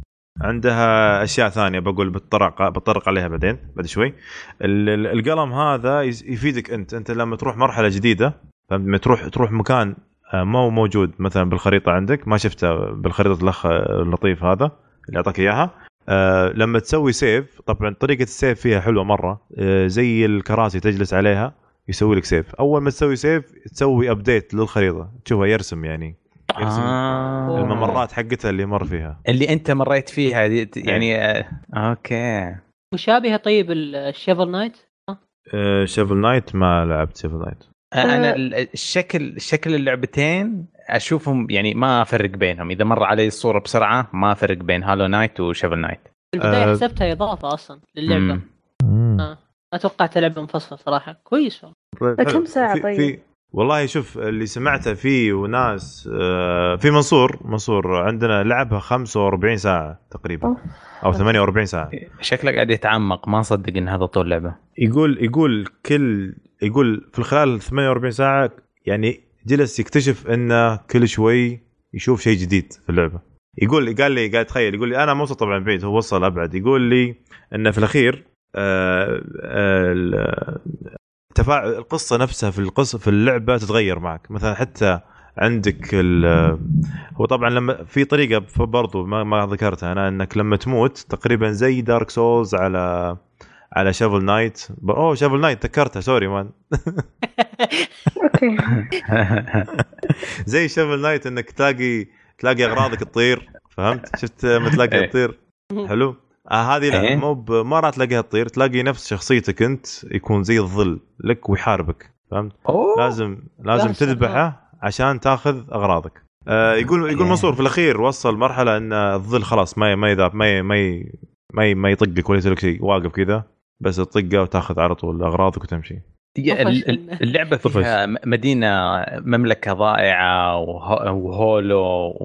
عندها أشياء ثانية بقول بتطرق بتطرق عليها بعدين بعد شوي. القلم هذا يفيدك أنت أنت لما تروح مرحلة جديدة لما تروح تروح مكان ما موجود مثلا بالخريطة عندك ما شفته بالخريطة الأخ اللطيف هذا اللي أعطاك إياها أه لما تسوي سيف. طبعا طريقة السيف فيها حلوة مرة أه زي الكراسي تجلس عليها يسوي لك سيف. أول ما تسوي سيف تسوي أبديت للخريطة تشوفها يرسم يعني يرسم آه. الممرات حقتها اللي مر فيها اللي أنت مريت فيها يعني آه. أوكي مشابهه طيب الشيفل نايت؟ أه شيفل نايت ما لعبت شيفل نايت. انا الشكل الشكل اللعبتين اشوفهم يعني ما افرق بينهم، اذا مر علي الصوره بسرعه ما افرق بين هالو نايت وشيفل نايت. في البدايه أه حسبتها اضافه اصلا للعبه. اه ما توقعت لعبه منفصله صراحه. كويس والله. كم ساعه طيب؟ في والله شوف اللي سمعته فيه وناس آه في منصور منصور عندنا لعبها خمسة وأربعين ساعه تقريبا أوه. او ثمانية وأربعين ساعه. شكلك قاعد يتعمق، ما صدق ان هذا طول لعبه. يقول يقول كل يقول في خلال ثمانية وأربعين ساعه يعني جلس يكتشف انه كل شوي يشوف شيء جديد في اللعبه. يقول قال لي قاعد تخيل يقول لي انا ما وصلت طبعا بعيد، هو وصل ابعد. يقول لي انه في الاخير آه آه تفاعل القصه نفسها في القصه في اللعبه تتغير معك. مثلا حتى عندك هو طبعا لما في طريقه برضو ما ما ذكرتها انا، انك لما تموت تقريبا زي دارك سولز على على شيفل نايت. اوه شيفل نايت ذكرتها سوري مان. اوكي زي شيفل نايت انك تلاقي تلاقي اغراضك تطير، فهمت؟ شفت ما تلاقي تطير حلو. آه هذه لا مو ما راح تلاقيها تطير، تلاقي نفس شخصيتك انت يكون زي الظل لك ويحاربك، فهمت؟ أوه. لازم لازم تذبحه عشان تاخذ اغراضك. آه يقول يقول منصور في الاخير وصل مرحله ان الظل خلاص ما ما يذاب ما ما ما ما يطقك ولا يسوي لك شيء، واقف كذا بس تطقه وتاخذ على طول اغراضك وتمشي. اللعبه فيها مدينه مملكه ضائعه وهولو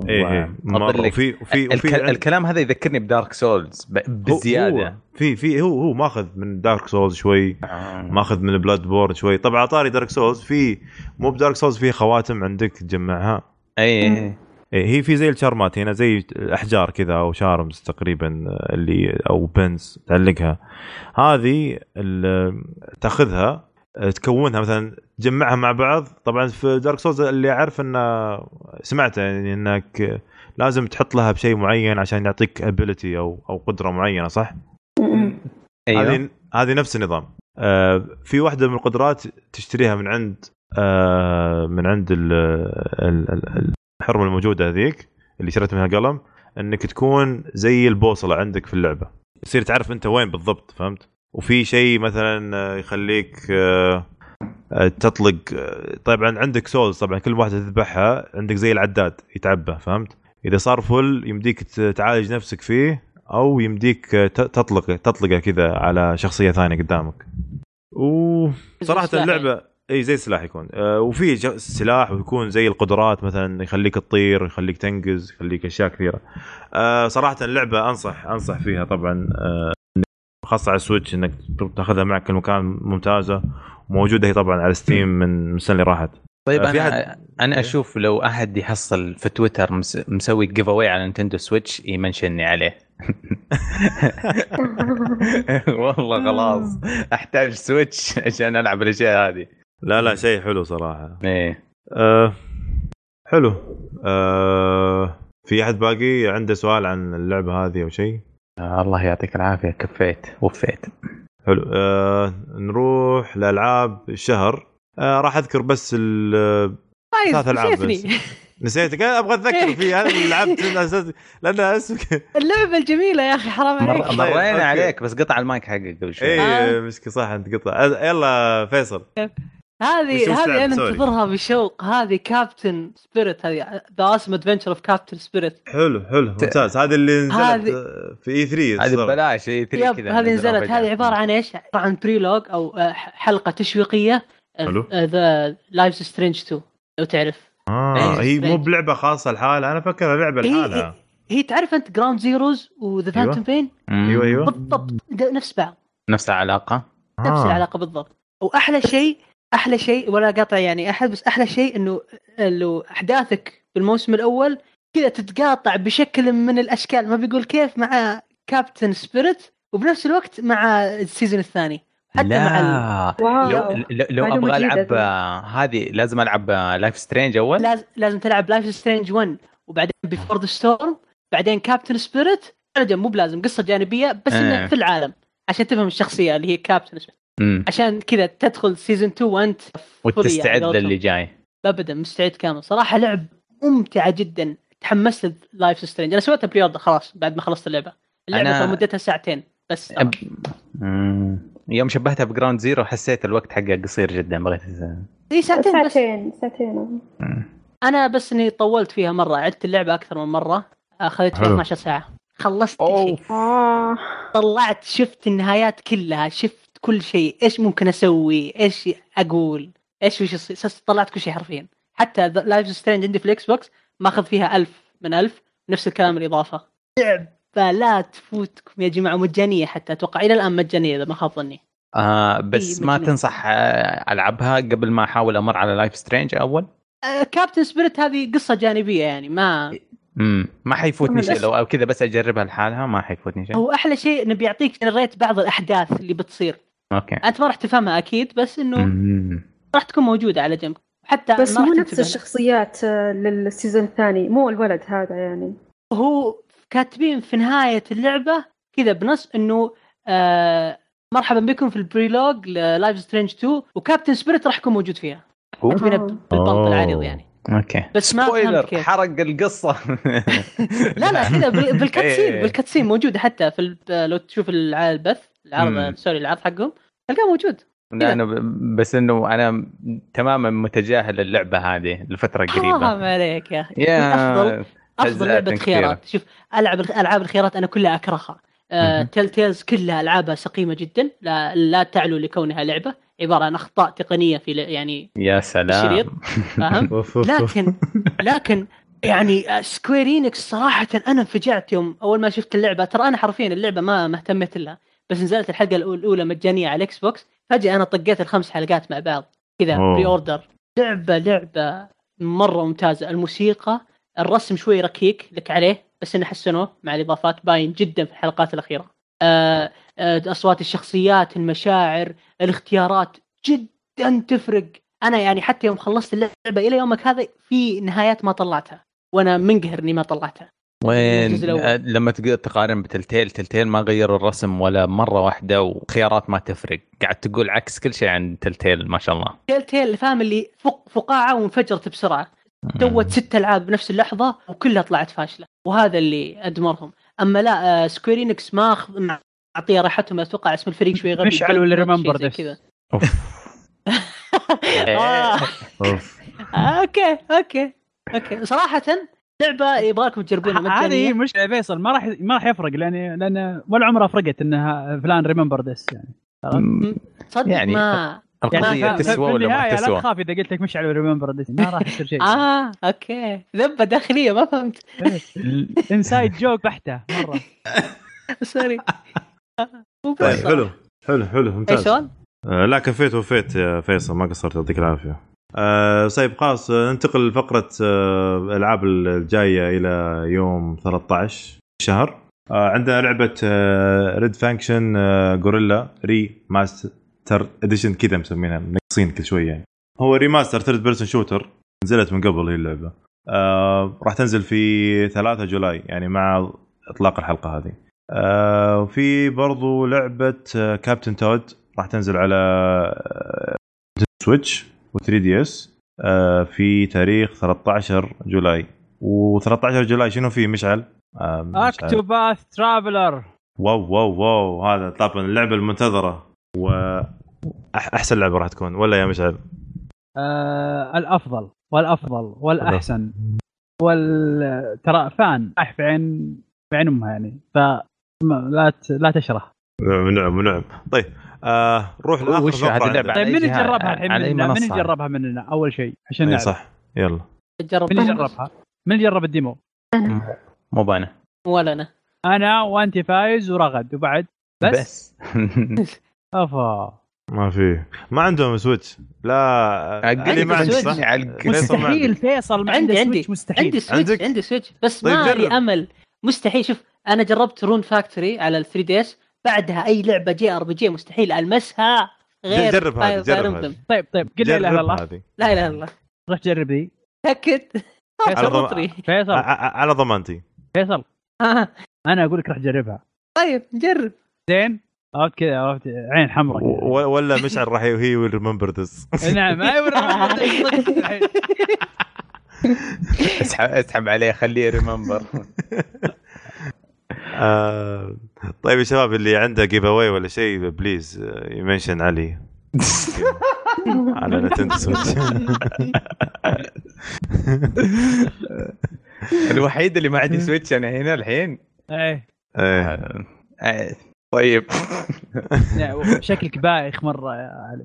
وفي وفي وفي الكلام هذا يذكرني بدارك سولز بزياده. في في هو هو ماخذ من دارك سولز شوي، ماخذ من بلاد بورن شوي. طبعا طاري دارك سولز في مو بدارك سولز فيه خواتم عندك تجمعها. اي هي في زي الشارمات هنا زي الاحجار كذا او شارمز تقريبا اللي او بنز تعلقها، هذه تاخذها تكونها مثلا تجمعها مع بعض. طبعا في دارك سولز اللي اعرف انه سمعت يعني انك لازم تحط لها بشيء معين عشان يعطيك ابيليتي او او قدره معينه، صح؟ ايوه هذه هذه نفس النظام. آه في واحده من القدرات تشتريها من عند آه من عند الحرمه الموجوده هذيك اللي شريت منها قلم، انك تكون زي البوصله عندك في اللعبه، يصير تعرف انت وين بالضبط، فهمت؟ وفي شيء مثلا يخليك تطلق. طبعا عندك سولز طبعا كل واحده تذبحها عندك زي العداد يتعبى، فهمت؟ اذا صار فل يمديك تعالج نفسك فيه او يمديك تطلق تطلقه كذا على شخصيه ثانيه قدامك. وصراحه اللعبه اي زي السلاح يكون آه وفي سلاح ويكون زي القدرات مثلا يخليك تطير يخليك تنقز يخليك اشياء كثيره. آه صراحه اللعبه انصح انصح فيها طبعا، آه خاصه على السويتش انك تاخذها معك كل مكان، ممتازه وموجوده هي طبعا على ستيم من السنه اللي راحت. طيب انا أحد... انا اشوف لو احد يحصل في تويتر مس... مسوي جيف اواي على نينتندو سويتش يمنشني عليه. والله خلاص احتاج سويتش عشان العب الاشياء هذه. لا لا شيء حلو صراحه. ايه أه حلو. أه في احد باقي عنده سؤال عن اللعبه هذه او شيء؟ آه الله يعطيك العافيه كفيت وفيت. حلو. أه نروح لالعاب الشهر. أه راح اذكر بس ثلاث العاب بس. نسيتك ابغى اتذكر فيها انا لعبت لان اسمك اللعبه الجميله يا اخي حرام عليك. مر... مرينا عليك بس قطع المايك حقك قبل شوي. اي آه. مشكله صح انت قطع. يلا فيصل. هذه هذه انا انتظرها بشوق. هذه كابتن سبيريت، هذه ذا اسم ادفنتشر اوف كابتن سبيريت. حلو حلو ممتاز. هذه اللي نزلت في اي ثري. هذه ببلاش اي ثري كذا. هذه نزلت. هذه عباره عن ايش؟ عن بريلوج او حلقه تشويقيه ذا لايف سترينج تو لو تعرف. اه هي مو بلعبه خاصه لحالها، انا فكرها لعبه لحالها. هي, هي تعرف انت جراوند زيروز وذا فانتوم بين؟ ايوه ايوه بالضبط نفس بعض، نفس العلاقه نفس آه. العلاقه بالضبط. واحلى شيء احلى شيء ولا قاطع يعني احد، بس احلى شيء انه انه احداثك بالموسم الاول كذا تتقاطع بشكل من الاشكال ما بيقول كيف مع كابتن سبيريت، وبنفس الوقت مع السيزون الثاني حتى لا. مع ال... لو, لو, لو ابغى العب هذه لازم العب لايف سترينج اول. لازم لازم تلعب لايف سترينج واحد وبعدين بيفور ذا ستورم بعدين كابتن سبيريت على جنب، مو بلازم قصه جانبيه بس انه في العالم عشان تفهم الشخصيه اللي هي كابتن سبيريت. مم. عشان كذا تدخل سيزون اثنين وانت وتستعد يعني للي جاي. ابدا مستعد كامل. صراحه لعب ممتعه جدا. تحمست لايف سترينج. انا سويتها بريود خلاص بعد ما خلصت اللعبه. اللعبه أنا... مدتها ساعتين بس أب... يوم شبهتها بجراوند زيرو حسيت الوقت حقه قصير جدا، بغيت اي ساعتين بس. ساعتين ساعتين انا بس اني طولت فيها مره، عدت اللعبه اكثر من مره، اخذت فيها اثناشر ساعه، خلصت كل شيء. آه. طلعت شفت النهايات كلها، شفت كل شيء، ايش ممكن اسوي، ايش اقول، ايش وش يصير، طلعت كل شيء حرفيا. حتى لايف سترينج عندي في الاكس بوكس ماخذ فيها ألف من ألف، نفس الكلام الإضافة. لعبة لا تفوتكم يا جماعة، مجانية حتى أتوقع إلى الآن مجانية إذا ما خاب ظني. آه بس ما تنصح ألعبها قبل ما أحاول أمر على لايف سترينج أول؟ آه كابتن سبيريت هذه قصة جانبية يعني ما امم ما حيفوتني شيء لو أو كذا بس أجربها لحالها، ما حيفوتني شيء. هو أحلى شيء إنه بيعطيك جنريت بعض الأحداث اللي بتصير. أوكي. أنت ما راح تفهمها أكيد، بس إنه مم. راح تكون موجودة على جنب. حتى بس مو نفس الشخصيات للسيزون الثاني، مو الولد هذا يعني. هو كاتبين في نهاية اللعبة كذا بنص إنه آه مرحبا بكم في البريلوج للايف سترينج تو، وكابتن سبيريت راح يكون موجود فيها. كاتبينها بالضبط العريض يعني. اوكي. بس ما سبويلر حرق القصة. لا لا كذا بالكاتسين بالكاتسين موجودة حتى في لو تشوف البث العرض سوري العرض حقهم تلقاه موجود. لا أنا بس إنه أنا تماما متجاهل اللعبة هذه لفترة قريبة. حرام عليك يا أخي. أفضل أفضل لعبة خيارات. شوف ألعب ألعاب الخيارات أنا كلها أكرهها. آه، تيل تيلز كلها ألعابها سقيمة جدا، لا لا تعلو لكونها لعبة، عبارة عن أخطاء تقنية في يعني يا سلام فاهم. لكن لكن يعني سكويرينكس صراحة أنا انفجعت يوم أول ما شفت اللعبة. ترى أنا حرفيا اللعبة ما مهتمت لها، بس نزلت الحلقة الأولى مجانية على الإكس بوكس، فجأة أنا طقيت الخمس حلقات مع بعض كذا بري أوردر. لعبة لعبة مرة ممتازة. الموسيقى الرسم شوي ركيك لك عليه، بس إنه حسنوه مع الإضافات باين جدا في الحلقات الأخيرة. آه آه أصوات الشخصيات، المشاعر، الاختيارات جدا تفرق. أنا يعني حتى يوم خلصت اللعبة إلى يومك هذا في نهايات ما طلعتها، وأنا منقهر إني ما طلعتها. وين لما تقدر تقارن بتلتيل تلتيل ما غيروا الرسم ولا مرة واحدة، وخيارات ما تفرق، قاعد تقول عكس كل شيء عن تلتيل ما شاء الله. تلتيل فاهم اللي فق فقاعة وانفجرت بسرعة، سوت ست ألعاب بنفس اللحظة وكلها طلعت فاشلة، وهذا اللي أدمرهم. أما لا سكويرينكس ما أعطيها راحتهم، أتوقع اسم الفريق شوي غبي، مش على اللي ريممبر ده كذا. أوكي أوكي أوكي صراحة لعبة يبغاكم تجربونها مجانية. هذه مش فيصل ما راح ما راح يفرق، لأن لأن ولا عمرها فرقت إنها فلان ريممبر ديس يعني. صدق يعني ما القضية يعني تسوى ولا ما تسوى. لا تخاف إذا قلت لك مش على ريممبر ديس ما راح يصير شيء. آه أوكي ذبة داخلية ما فهمت. إنسايد جوك بحتة مرة. سوري. طيب حلو حلو حلو ممتاز. أي آه لا كفيت وفيت يا فيصل، ما قصرت، يعطيك العافية. آه طيب خلاص ننتقل لفقرة آه الألعاب الجاية إلى يوم ثلاثة عشر شهر. آه عندنا لعبة آه ريد فانكشن آه غوريلا ري ماستر اديشن كذا مسمينها، نقصين كل شوية يعني. هو ريماستر ثيرد بيرسون شوتر، نزلت من قبل هي اللعبة. آه راح تنزل في ثلاثة جولاي يعني مع إطلاق الحلقة هذه. آه وفي برضو لعبة آه كابتن تود راح تنزل على آه سويتش و3 دي اس آه في تاريخ ثلاثة عشر جولاي. و13 جولاي شنو فيه مشعل؟ آه اكتوباث ترافلر. واو واو واو هذا طبعا اللعبة المنتظرة وأحسن لعبة راح تكون ولا يا مشعل؟ آه الأفضل والأفضل والأحسن وال ترى فان أح في عين في عين أمها يعني، فلا لا تشرح. نعم نعم. طيب آه روح لآخر فقرة. طيب من يجربها الحين؟ من من يجربها مننا أول شيء عشان نعرف؟ صح يلا جرب. من يجربها؟ من يجرب الديمو؟ مو بانا ولا أنا أنا وأنت فايز ورغد وبعد بس, بس. أفا ما في ما عندهم سويتش. لا اللي ما عنده مستحيل. فيصل ما عنده عندي مستحيل. عندي سويتش عندي سويتش بس طيب ما لي أمل. مستحيل. شوف أنا جربت رون فاكتوري على ال ثري دي إس، بعدها أي لعبة جي ار بي جي مستحيل ألمسها غير جرب هذه جرب. طيب طيب قل لا اله الا الله. لا اله الا الله. روح جرب ذي. تأكد. على, ضم... فيصل على ضمانتي فيصل. آه. انا اقول لك روح جربها. طيب جرب زين. عرفت كذا عرفت عين حمراء و... ولا مشعل راح هي ويل ريممبر ذس. نعم ايوه اسحب اسحب عليه خليه ريممبر. آه... طيب يا شباب اللي عنده جيف اواي ولا شيء بليز يمنشن علي على نتندو سويتش. الوحيد اللي ما عندي سويتش انا هنا الحين. ايه ايه طيب. شكلك بايخ مره يا علي.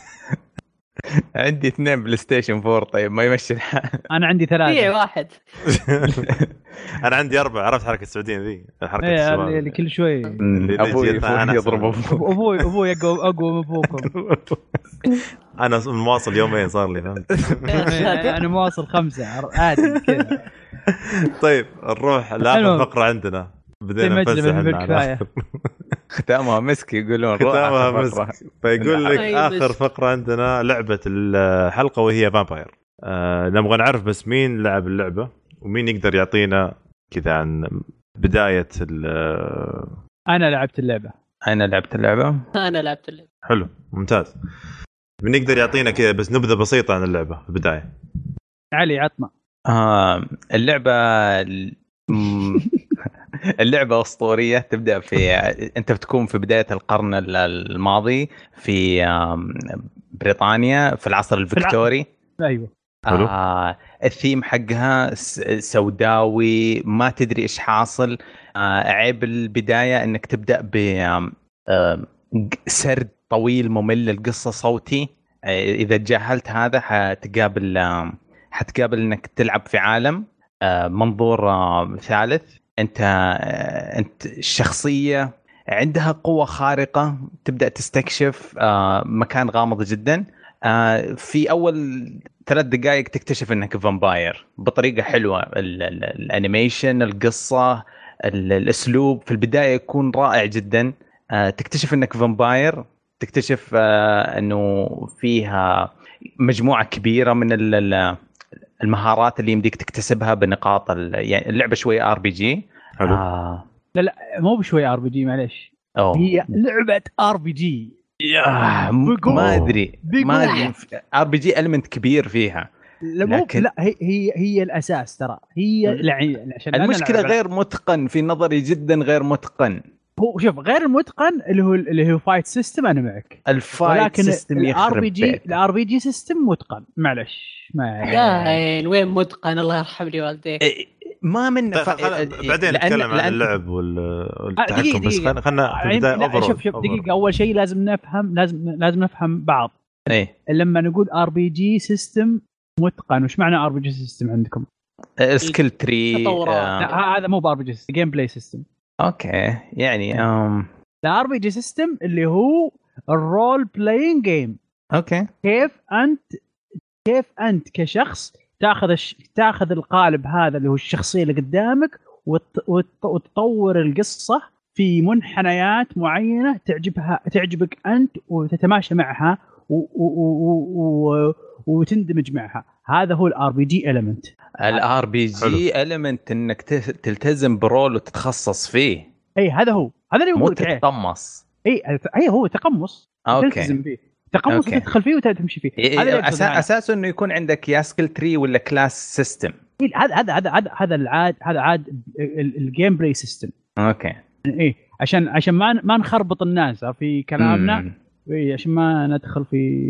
عندي اثنين بلاي ستيشن فور. طيب ما يمشي الحال. انا عندي ثلاثه. في واحد. انا عندي اربعه. عرفت حركه السعوديين ذي الحركه ايه الشباب اللي كل شوي ابوي يضرب ابوي ابوي اقوى اقوى من ابوكم. انا مواصل يومين صار لي فهمت. انا مواصل خمسه عادي كذا. طيب نروح لاخر فقره عندنا. بدينا نفسح ختامها مسك يقولون ختامها مسك. فيقول لك آخر فقرة عندنا لعبة الحلقة وهي فامباير. آه نبغى نعرف بس مين لعب اللعبة ومين يقدر يعطينا كذا عن بداية. أنا لعبت اللعبة. أنا لعبت اللعبة. أنا لعبت اللعبة. حلو ممتاز. مين يقدر يعطينا كذا بس نبذة بسيطة عن اللعبة في البداية؟ علي عطنا. آه اللعبة اللعبة أسطورية. تبدأ في أنت بتكون في بداية القرن الماضي في بريطانيا في العصر الفيكتوري. أيوة. آه الثيم حقها سوداوي ما تدري إيش حاصل. آه عيب البداية أنك تبدأ بسرد طويل ممل القصة صوتي. آه إذا تجاهلت هذا حتقابل آه حتقابل أنك تلعب في عالم آه منظور آه ثالث. انت انت الشخصيه عندها قوه خارقه. تبدا تستكشف مكان غامض جدا. في اول ثلاث دقائق تكتشف انك فامباير بطريقه حلوه. الانيميشن القصه الاسلوب في البدايه يكون رائع جدا. تكتشف انك فامباير. تكتشف انه فيها مجموعه كبيره من المهارات اللي يمديك تكتسبها بنقاط يعني اللعبه شويه ار بي جي. آه. لا لا مو بشوي ار بي جي معلش. أوه. هي لعبه ار بي جي. ما ادري ما ادري ار بي جي المنت كبير فيها. لكن لا هي هي هي الاساس ترى هي لعين. عشان المشكله غير متقن في نظري جدا غير متقن. هو شوف غير المتقن اللي هو اللي هو فايت سيستم. انا معك الفايت سيستم الار بي جي الار بي جي سيستم متقن. معلش ما يا وين متقن الله يرحم لي والديك. ما من ف... بعدين نتكلم عن اللعب والتحكم. بس خلينا خلينا في البدايه أوبرو. شوف شوف دقيقه. اول شيء لازم نفهم لازم لازم نفهم بعض. ايه لما نقول ار بي جي سيستم متقن وش معنى ار بي جي سيستم عندكم؟ سكيل تري. آه. هذا مو ار بي جي سيستم جيم بلاي سيستم. اوكي يعني ام الار بي جي سيستم اللي هو الرول بلاينج جيم. اوكي كيف انت كيف انت كشخص تاخذ الش... تاخذ القالب هذا اللي هو الشخصيه اللي قدامك وت... وت... وتطور القصه في منحنيات معينه تعجبها تعجبك انت وتتماشى معها و... و... و... و... وتندمج معها. هذا هو الار بي جي إيليمنت. الار بي جي إيليمنت انك ت... تلتزم برول وتتخصص فيه. اي هذا هو هذا اللي يقول لك تتقمص. اي اي هو تقمص. تلتزم فيه تقمص وتدخل فيه وتمشي فيه. هذا أسا... اساسه انه يكون عندك يا سكيل تري ولا كلاس سيستم. هذا هذا هذا هذا العاد هذا عاد الجيم بلاي سيستم. اوكي ايه عشان عشان ما ما نخربط الناس في كلامنا. اي عشان ما ندخل في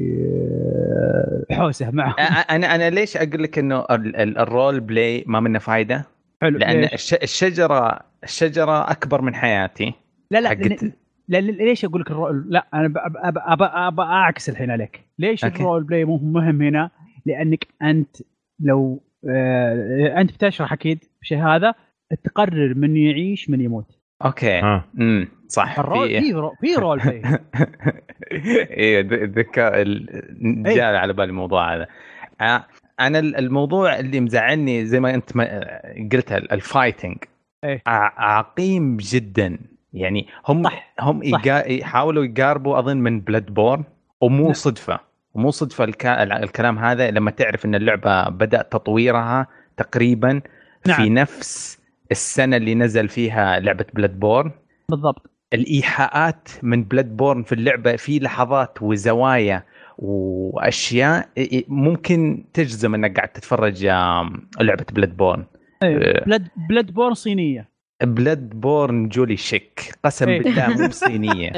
حوسه معه. انا انا ليش اقول لك انه الرول بلاي ما منه فايده؟ حلو. لان ليش؟ الشجره الشجره اكبر من حياتي. لا لا حقت... لا ليش اقول لك الرول؟ لا انا ابى ابى ابى اعكس الحين عليك. ليش أوكي. الرول بلاي مو مهم هنا؟ لانك انت لو آه انت بتشرح اكيد بشيء هذا تقرر من يعيش من يموت. اوكي امم صح. الرول في في رول بلاي. ايه ذكر جاء على بالي الموضوع هذا. انا الموضوع اللي مزعلني زي ما انت قلت الفايتنج إيه؟ عقيم جدا. يعني هم صح. هم صح. يحاولوا يقاربوا اظن من بلاد بورن ومو صدفه ومو صدفه الك... الكلام هذا لما تعرف ان اللعبه بدأ تطويرها تقريبا نعم. في نفس السنه اللي نزل فيها لعبه بلاد بورن بالضبط. الايحاءات من بلاد بورن في اللعبه في لحظات وزوايا واشياء ممكن تجزم انك قاعد تتفرج لعبه بلاد بورن. أيوة. بلاد بلاد بورن صينيه. بلاد بورن جولي شيك قسم بالله مو صينيه.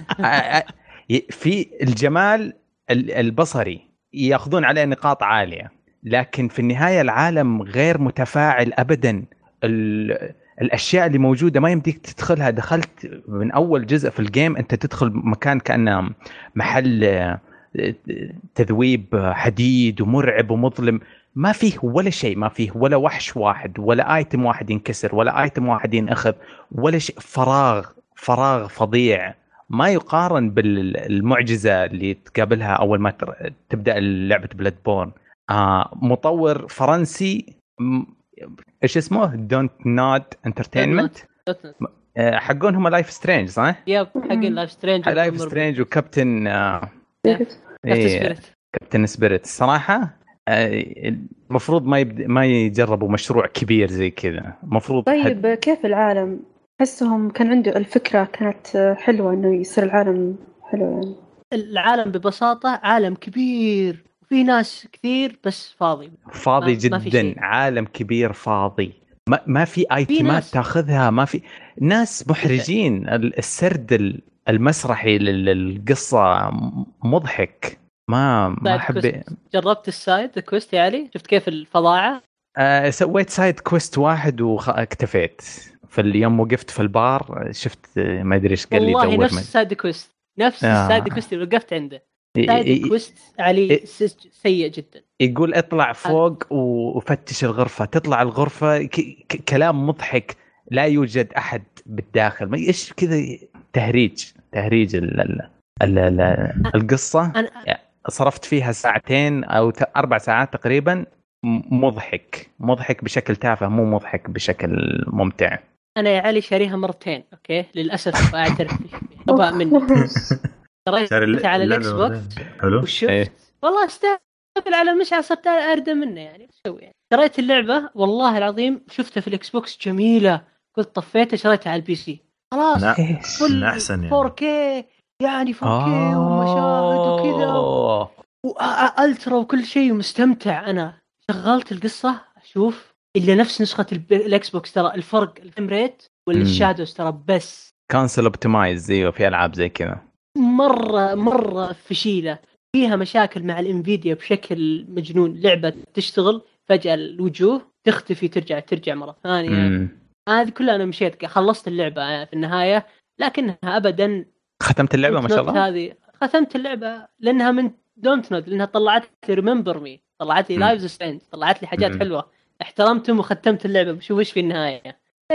في الجمال البصري ياخذون عليه نقاط عاليه، لكن في النهايه العالم غير متفاعل ابدا. الاشياء اللي موجوده ما يمديك تدخلها. دخلت من اول جزء في الجيم انت تدخل مكان كانه محل تذويب حديد ومرعب ومظلم، ما فيه ولا شيء، ما فيه ولا وحش واحد ولا ايتم واحد ينكسر ولا ايتم واحد ينأخذ ولا شيء. فراغ فراغ فظيع ما يقارن بالمعجزة اللي تقابلها أول ما تبدأ لعبة بلاد بورن. آه مطور فرنسي م... إيش اسمه؟ دونت نود انترتينمنت حقون هم لايف سترينج صح؟ يب حقين لايف سترينج لايف سترينج وكابتن آه... إيه... كابتن سبيريت. صراحة المفروض ما يبد... ما يجربوا مشروع كبير زي كذا. مفروض طيب حد... كيف العالم؟ حسهم كان عنده الفكرة كانت حلوة إنه يصير العالم حلو. يعني العالم ببساطة عالم كبير وفي ناس كثير بس فاضي فاضي ما جدا ما عالم كبير فاضي ما, ما في ايتمات تاخذها، ما في ناس محرجين. السرد المسرحي للقصة مضحك. ما ما أحب. جربت السايد كويست يا علي؟ شفت كيف الفظاعة؟ آه سويت سايد كويست واحد واكتفيت. في اليوم وقفت في البار شفت ما ادري ايش قال لي والله نفس السايد كويست نفس آه. السايد كويست اللي وقفت عنده. سايد كويست علي سيء جدا. يقول اطلع فوق وفتش الغرفة، تطلع الغرفة ك- ك- كلام مضحك، لا يوجد احد بالداخل. ما ايش كذا تهريج تهريج ال ال ال القصة. أنا... صرفت فيها ساعتين او اربع ساعات تقريبا. مضحك مضحك بشكل تافه، مو مضحك بشكل ممتع. انا يا علي شاريها مرتين اوكي للاسف اعترف غباء مني. شريتها على الاكس بوكس وشفت ايه؟ والله استهبل على مش صرت اردم منه يعني ايش اسوي يعني. شريت اللعبه والله العظيم شفتها في الاكس بوكس جميله، قلت طفيتها شريتها على البي سي خلاص كل احسن يعني فور كي يعني فور كي آه ومشاهد وكذا والترا وكل شيء ومستمتع. انا شغلت القصه اشوف الا نفس نسخه الاكس بوكس، ترى الفرق الفريم ريت ولا الشادوز ترى بس كانسل اوبتمايز زي في العاب زي كذا مره مره فشيله. فيها مشاكل مع الانفيديا بشكل مجنون. لعبه تشتغل فجاه الوجوه تختفي ترجع ترجع مره ثانيه. هذه كلها انا مشيت خلصت اللعبه في النهايه لكنها ابدا. ختمت اللعبه ما شاء الله. هذه ختمت اللعبه لانها من دونت نود، لانها طلعت لي ريممبر مي، طلعت لي لايفز سترينج، طلعت لي حاجات م. حلوه. احترمتهم وختمت اللعبه. بشوف ايش في النهايه.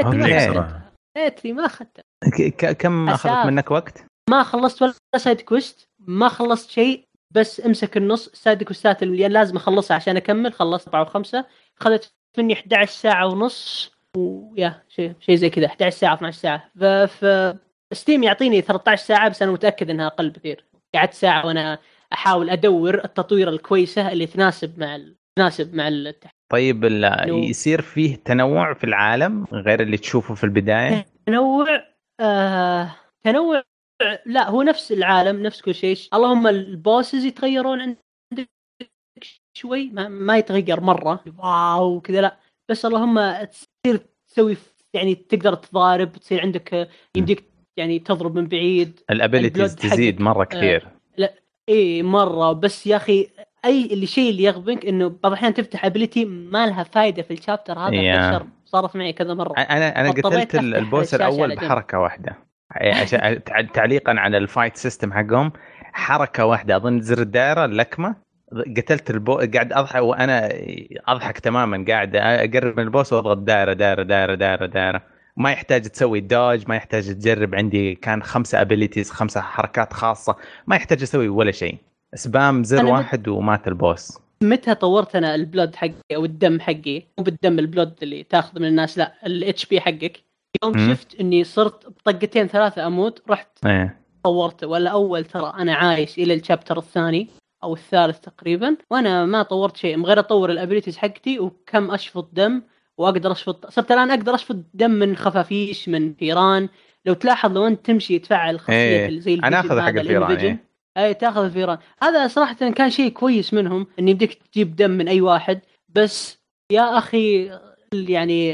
ليتري ما ختم. كم اخذت منك وقت؟ ما خلصت ولا سايد كويست، ما خلصت شيء، بس امسك النص. السايد كويستات اللي لازم اخلصها عشان اكمل خلصت أربعة وخمسة. اخذت مني إحدى عشرة ساعه ونص ويا شيء شيء زي كذا إحدى عشرة ساعه اثنا عشر ساعه. ف ستيم يعطيني ثلاثة عشر ساعه بس انا متاكد انها اقل بكثير. قعدت ساعه وانا احاول ادور التطوير الكويسه اللي تناسب مع ال... تناسب مع التح... طيب يصير فيه تنوع في العالم غير اللي تشوفه في البدايه؟ تنوع آه... تنوع لا هو نفس العالم نفس كل شيء. اللهم البوسز يتغيرون عندك شوي، ما, ما يتغير مره واو كذا لا، بس اللهم تصير تسوي يعني تقدر تضارب، تصير عندك يمديك يعني تضرب من بعيد. الابيليتيز تزيد مره كثير. آه لا ايه مره. بس يا اخي اي اللي شيء اللي يغبنك انه بعض الاحيان تفتح ابيليتي ما لها فايده في الشابتر هذا. yeah. الشر صارت معي كذا مره. انا انا قتلت البوس الاول بحركه واحده عشان تعليقا على الفايت سيستم حقهم. حركه واحده اظن زر الدائره اللكمه قتلت البو. قاعد اضحك وانا اضحك تماما، قاعد اقرب من البوس واضغط دائره دائره دائره دائره دائره. ما يحتاج تسوي دوج، ما يحتاج تجرب. عندي كان خمسة ابيليتيز، خمسة حركات خاصه، ما يحتاج اسوي ولا شيء. سبام زر واحد ومات البوس. متى طورت انا البلود حقي او الدم حقي؟ مو بالدم البلود اللي تاخذ من الناس، لا الاتش بي حقك. يوم م? شفت اني صرت بطقتين ثلاثه اموت رحت ايه. طورته. ولا اول ترى انا عايش الى الشابتر الثاني او الثالث تقريبا وانا ما طورت شيء غير اطور الابيليتيز حقتي وكم اشفط دم واقدر اشفط. صرت الان اقدر اشفط دم من خفافيش من فيران. لو تلاحظ لو انت تمشي يتفعل الخاصيه ايه. زي انا اخذ حق الفيران. ايه. اي تاخذ الفيران. هذا صراحه كان شيء كويس منهم ان يبدك تجيب دم من اي واحد. بس يا اخي يعني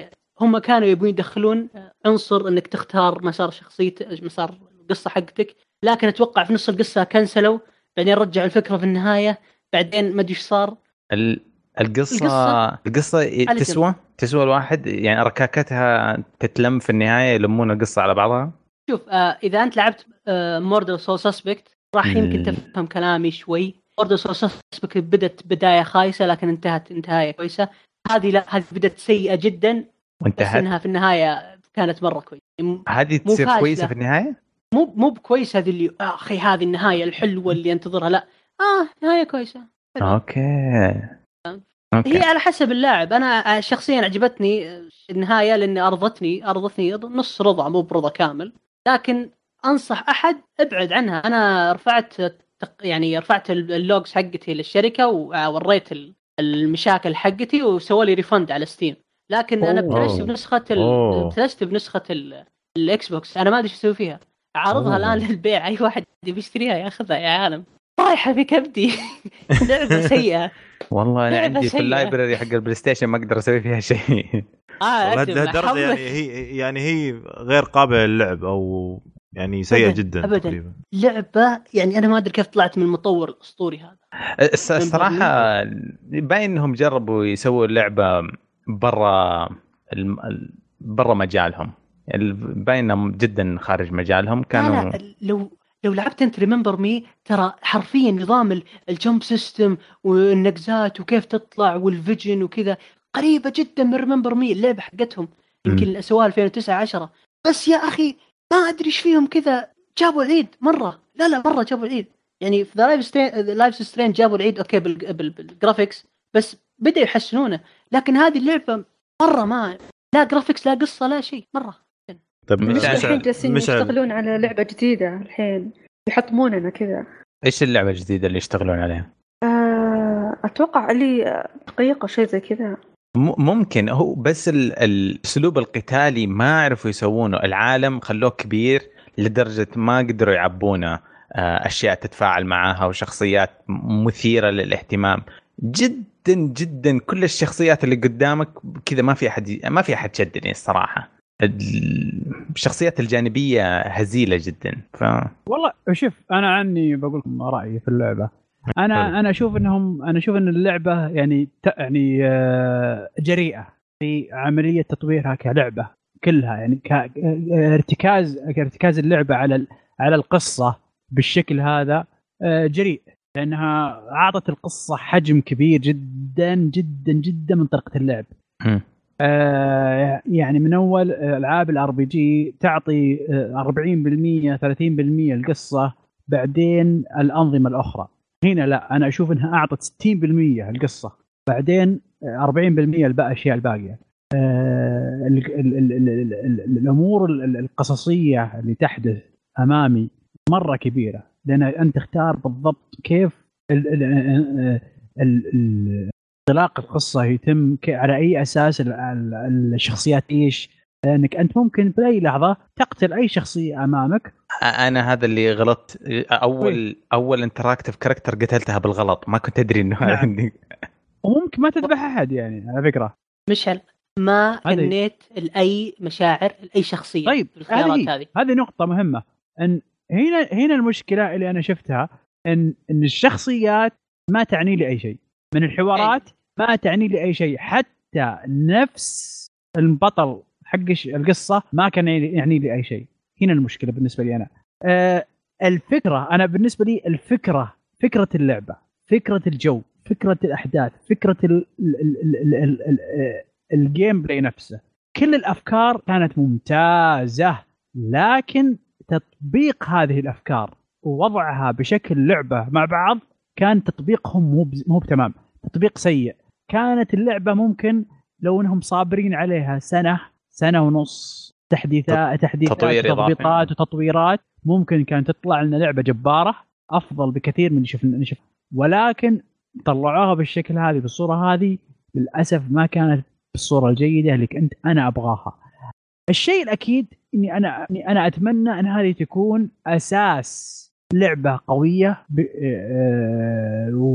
هم كانوا يبون يدخلون عنصر انك تختار مسار شخصيتك مسار القصه حقتك، لكن اتوقع في نص القصه كنسلوا، بعدين رجعوا الفكره في النهايه، بعدين ما ادري ايش صار. ال... القصه القصه, القصة تسوى تسوى الواحد يعني ركاكتها تتلم في النهايه يلمون القصه على بعضها. شوف آه اذا انت لعبت آه موردر سول سسبكت راح يمكن تفهم كلامي شوي. موردر سول سسبكت بدت بدايه خايسه لكن انتهت انتهايه كويسه. هذه لا، هذه بدت سيئه جدا وانتهت انها في النهايه كانت مره كويسه. هذه تصير كويسه في النهايه، مو مو بكويسه هذه اللي آه اخي هذه النهايه الحلوه اللي انتظرها، لا اه نهايه كويسه. اوكي أوكي. هي على حسب اللاعب. انا شخصيا عجبتني النهايه لان ارضتني ارضتني نص رضا مو برضا كامل، لكن انصح احد ابعد عنها. انا رفعت يعني رفعت اللوجز حقتي للشركه ووريت المشاكل حقتي وسووا لي ريفند على ستيم، لكن انا ابتلشت بنسخه ابتلشت بنسخه الاكس بوكس. انا ما ادري ايش اسوي فيها، اعرضها الان للبيع، اي واحد بيشتريها ياخذها يا عالم. طايحه في كبدي. لعبه سيئه والله. انا عندي في اللايبرري حق البلاي ستيشن ما اقدر اسوي فيها شيء. اه لهالدرجه يعني هي يعني هي غير قابله للعب او يعني سيئه أبداً جدا أبداً. تقريبا لعبه يعني انا ما ادري كيف طلعت من المطور الاسطوري هذا. الصراحه باين انهم جربوا يسووا اللعبه برا برا مجالهم، باين جدا خارج مجالهم كانوا. لا لا لو لو لعبت انت ريمبر مي ترى حرفيا نظام الجمب سيستم والنقزات وكيف تطلع والفيجن وكذا قريبه جدا من ريمبر مي اللعبه حقتهم، يمكن سووها ألفين وتسعة عشرة. بس يا اخي ما ادري ايش فيهم كذا جابوا العيد مره. لا لا مره جابوا العيد. يعني في لايف سترين لايف سترين جابوا العيد اوكي بالجرافيكس بس بدأوا يحسنونه، لكن هذه اللعبه مره ما لا جرافيكس لا قصه لا شيء مره. طب مش الحين جالسين يشتغلون على لعبة جديدة الحين يحطموننا كذا. ايش اللعبة الجديدة اللي يشتغلون عليها؟ آه اتوقع اللي دقيقة شيء زي كذا. ممكن هو بس الاسلوب القتالي ما عرفوا يسوونه. العالم خلوه كبير لدرجة ما قدروا يعبونه اشياء تتفاعل معها وشخصيات مثيرة للاهتمام جدا جدا. كل الشخصيات اللي قدامك كذا ما في احد ما في احد شدني الصراحة. الشخصيات الجانبية هزيلة جدا. ف... والله شوف أنا عني بقول لكم رأيي في اللعبة. أنا أنا أشوف إنهم أنا أشوف إن اللعبة يعني يعني جريئة في عملية تطويرها كلعبة كلها، يعني كارتكاز ارتكاز اللعبة على على القصة بالشكل هذا جريء، لأنها أعطت القصة حجم كبير جدا جدا جدا من طريقة اللعب. م. آه يعني من أول ألعاب الار بي جي تعطي أربعين بالمية ثلاثين بالمية القصة، بعدين الأنظمة الأخرى. هنا لا، أنا أشوف أنها أعطت ستين بالمية القصة، بعدين أربعين بالمية الباقي الأشياء الباقية. آه ال ال ال ال ال ال الأمور القصصية اللي تحدث أمامي مرة كبيرة، لأن أنت تختار بالضبط كيف ال ال ال ال انطلاق القصة يتم على أي أساس، الشخصيات إيش، لأنك أنت ممكن بأي لحظة تقتل أي شخصية أمامك. أنا هذا اللي غلط. أول أول انتراكتيف كاركتر قتلتها بالغلط، ما كنت أدري إنه هذا عندي. وممكن ما تذبح أحد يعني على فكرة. مشعل ما كنيت لأي مشاعر لأي شخصية. طيب هذه هذه نقطة مهمة. إن هنا هنا المشكلة اللي أنا شفتها إن إن الشخصيات ما تعني لي أي شيء من الحوارات، ما تعني لي أي شيء. حتى نفس البطل حق القصة ما كان يعني لي أي شيء. هنا المشكلة بالنسبة لي أنا. أه الفكرة أنا بالنسبة لي الفكرة فكرة اللعبة، فكرة الجو، فكرة الأحداث، فكرة ال ال ال ال ال ال الجيم بلاي نفسه، كل الأفكار كانت ممتازة، لكن تطبيق هذه الأفكار ووضعها بشكل لعبة مع بعض كان تطبيقهم مو مو تمام، تطبيق سيء. كانت اللعبة ممكن لو انهم صابرين عليها سنة سنة ونص تحديثات تحديثات تطبيقات وتطويرات، ممكن كانت تطلع لنا لعبة جبارة افضل بكثير من شفنا نشوف. ولكن طلعوها بالشكل هذه بالصورة هذه للأسف ما كانت بالصورة الجيدة اللي كنت انا ابغاها. الشيء الأكيد اني انا اني انا اتمنى ان هذه تكون اساس لعبة قوية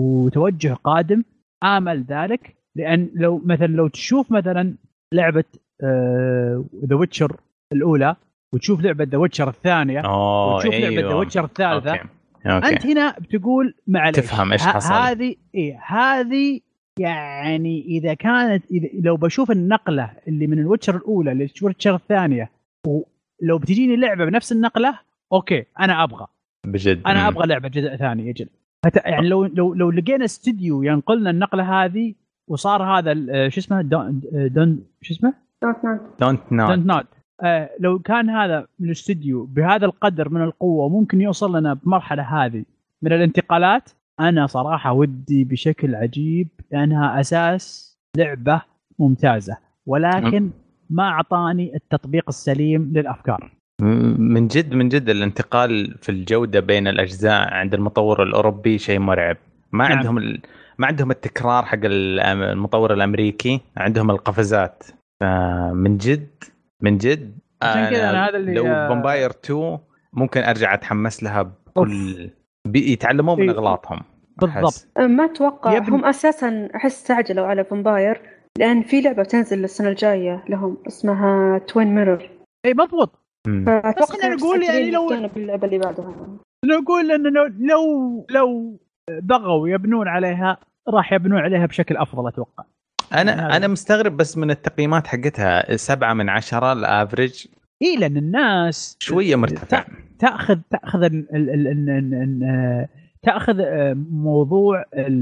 وتوجه قادم. آمل ذلك، لأن لو مثلا لو تشوف مثلا لعبة ذا ويتشر الاولى وتشوف لعبه ذا ويتشر الثانيه وتشوف أيوة. لعبه ذا ويتشر الثالثه أوكي. أوكي. انت هنا بتقول معليش تفهم ايش حصل. هذه ايه هذه يعني اذا كانت إذا لو بشوف النقله اللي من الويتشر الاولى للويتشر الثانيه ولو بتجيني لعبه بنفس النقله اوكي انا ابغى بجد انا مم. ابغى لعبه جزء ثاني يجل يعني لو لو لو لقينا استوديو ينقلنا النقله هذه وصار هذا شو اسمه دون دون شو اسمه دونت نوت دونت نوت دونت نوت آه لو كان هذا من الاستوديو بهذا القدر من القوه ممكن يوصل لنا بمرحله هذه من الانتقالات انا صراحه ودي بشكل عجيب لانها اساس لعبه ممتازه ولكن ما اعطاني التطبيق السليم للافكار. من جد من جد الانتقال في الجوده بين الاجزاء عند المطور الاوروبي شيء مرعب. ما نعم. عندهم ال... ما عندهم التكرار حق المطور الامريكي، عندهم القفزات. من جد من جد عشان كذا انا هذا اللي لو فامباير تو ممكن ارجع اتحمس لها بكل بيتعلموا من اغلاطهم. بالضبط. ما اتوقع هم اساسا احس استعجلوا على فامباير لان في لعبه تنزل السنه الجايه لهم اسمها توين ميرور. اي مضبوط. بس انا نقول يعني لو اللعبه اللي بعدها نقول انه لو لو بغوا يبنون عليها راح يبنون عليها بشكل افضل اتوقع. انا يعني انا مستغرب بس من التقييمات حقتها سبعة من عشرة الافريج. اي لان الناس شويه مرتفع تاخذ تاخذ ال ال ال ال تاخذ موضوع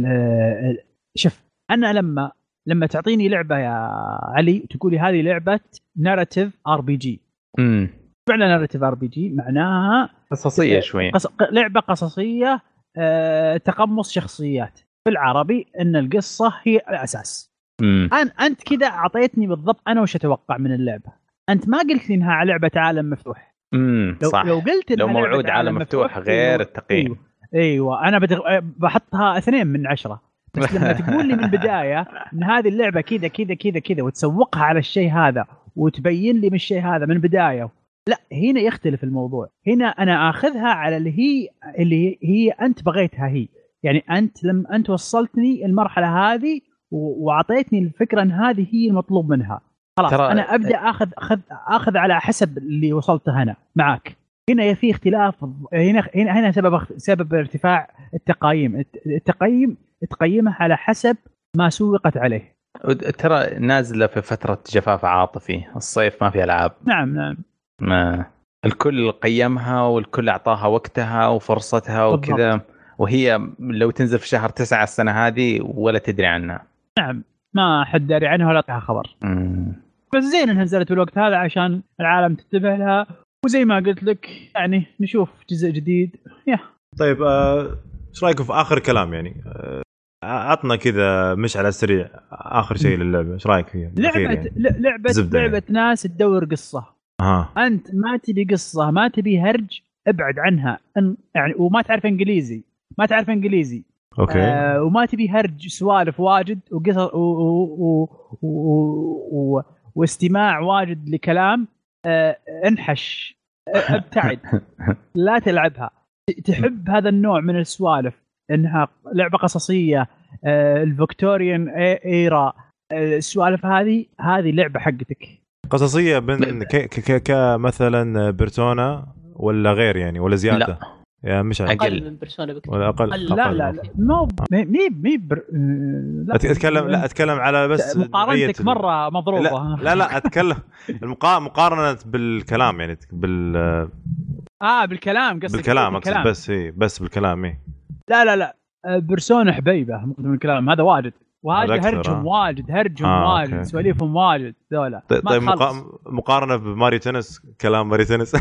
شوف انا لما لما تعطيني لعبه يا علي تقولي هذه لعبه ناراتيف ار بي جي. امم فعلا ناراتيف ار بي جي معناها قصصيه شويه قص... لعبه قصصيه أه... تقمص شخصيات بالعربي ان القصه هي الاساس. امم أن... انت كذا اعطيتني بالضبط انا وش اتوقع من اللعبه. انت ما قلت لي انها لعبه عالم مفتوح. امم لو... صح. لو قلت لو موعود عالم مفتوح, مفتوح غير التقييم. ايوه, أيوة. انا بدغ... بحطها اثنين من عشرة. بس لما تقول لي من البدايه ان هذه اللعبه كذا كذا كذا كذا وتسوقها على الشيء هذا وتبين لي من الشيء هذا من البدايه، لا هنا يختلف الموضوع. هنا انا اخذها على اللي هي اللي هي انت بغيتها هي. يعني انت لما انت وصلتني المرحله هذه واعطيتني الفكره ان هذه هي المطلوب منها خلاص انا ابدا اخذ اخذ اخذ على حسب اللي وصلته هنا معك. هنا في اختلاف. هنا هنا هنا سبب سبب ارتفاع التقييم. التقييم تقيمها على حسب ما سوقت عليه. ترى نازله في فتره جفاف عاطفي، الصيف ما في العاب. نعم نعم ما الكل قيمها والكل اعطاها وقتها وفرصتها وكذا، وهي لو تنزل في شهر تسعة السنه هذه ولا تدري عنها. نعم ما حد داري عنها ولا لها خبر. مم. بس زين انها نزلت بالوقت هذا عشان العالم تتبع لها، وزي ما قلت لك يعني نشوف جزء جديد. يا طيب ايش رايكم في اخر كلام؟ يعني عطنا كذا مش على السريع اخر شيء للعبه، ايش رايك فيها؟ لعبه يعني. لعبه لعبه يعني. ناس تدور قصه. آه. انت ما تبي قصه، ما تبي هرج، ابعد عنها. أن يعني وما تعرف انجليزي ما تعرف انجليزي اوكي آه وما تبي هرج سوالف واجد وقصص و... و... و... و... واستماع واجد لكلام. آه انحش ابتعد لا تلعبها. تحب هذا النوع من السوالف انها لعبه قصصيه آه الفيكتوريان ايرا آه السوالف هذه هذه لعبه حقتك. قصصيه بين كمثلا بيرسونا ولا غير يعني ولا زياده؟ لا. يا مش اقل من بيرسونا بكثير ولا اقل. أقل. لا لا لا مو مي مي بر... لا اتكلم لا اتكلم على بس مقارنتك مره مضروبه. لا لا, لا اتكلم المقا... مقارنه بالكلام يعني بال اه بالكلام قصدك بالكلام, بالكلام. بس هي بس بالكلام ايه. لا لا لا بيرسونا حبيبه من الكلام هذا واجد واجد هرجهم واجد هرجهم آه واجد سواليفهم واجد ذولا. طيب, طيب مقا... مقارنه بماريو تنس كلام ماريو تنس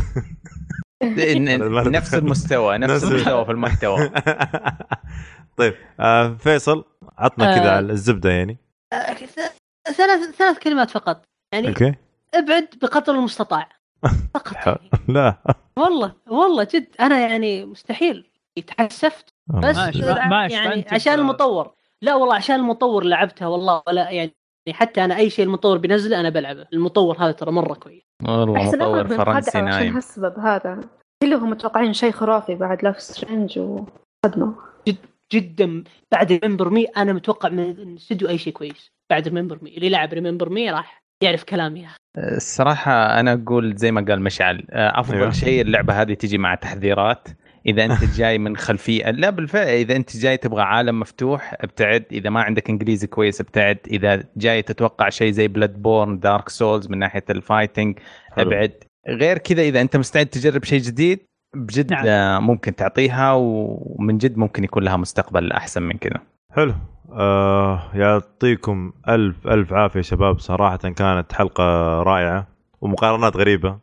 نفس المستوى نفس المستوى في المحتوى. طيب آه فيصل عطنا كذا على الزبده يعني. آه ثلاث ثلاث كلمات فقط يعني. اوكي ابعد بقدر المستطاع فقط يعني. لا والله والله جد انا يعني مستحيل تحسفت بس ماشي. ماشي. يعني عشان المطور. لا والله عشان المطور لعبتها والله. ولا يعني حتى انا اي شيء المطور بينزله انا بلعبه. المطور هذا ترى مره كويس والله. مطور فرنسي نايم عشان هالسبب هذا كلهم متوقعين شيء خرافي بعد لاف سترينج وصدمه جد جدا. بعد ريمبر مي انا متوقع من الاستوديو اي شيء كويس. بعد ريمبر مي اللي لعب ريمبر مي راح يعرف كلامي. الصراحه انا اقول زي ما قال مشعل افضل أيوة. شيء اللعبه هذه تيجي مع تحذيرات. اذا انت جاي من خلفيه لا بالفعل اذا انت جاي تبغى عالم مفتوح ابتعد، اذا ما عندك انجليزي كويس ابتعد، اذا جاي تتوقع شيء زي بلاد بورن دارك سولز من ناحيه الفايتنج ابعد. غير كذا اذا انت مستعد تجرب شيء جديد بجد نعم. ممكن تعطيها ومن جد ممكن يكون لها مستقبل احسن من كذا. حلو. آه يعطيكم الف الف عافيه شباب، صراحه كانت حلقه رائعه ومقارنات غريبه.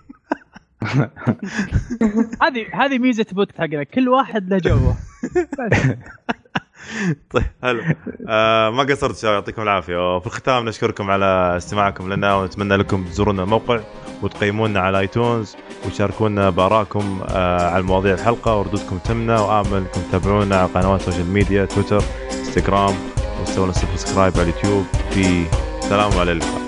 هذه هذه ميزه بوت حقنا، كل واحد له جوه. طيب حلو. آه ما قصرت شباب، يعطيكم العافيه. وفي الختام نشكركم على استماعكم لنا، ونتمنى لكم تزورونا الموقع وتقيمونا على ايتونز وتشاركونا بارائكم آه على مواضيع الحلقه وردودكم تمنا، وامل انكم تتابعونا على قنوات السوشيال ميديا تويتر انستغرام، وتسوون سبسكرايب على اليوتيوب. في سلام عليكم.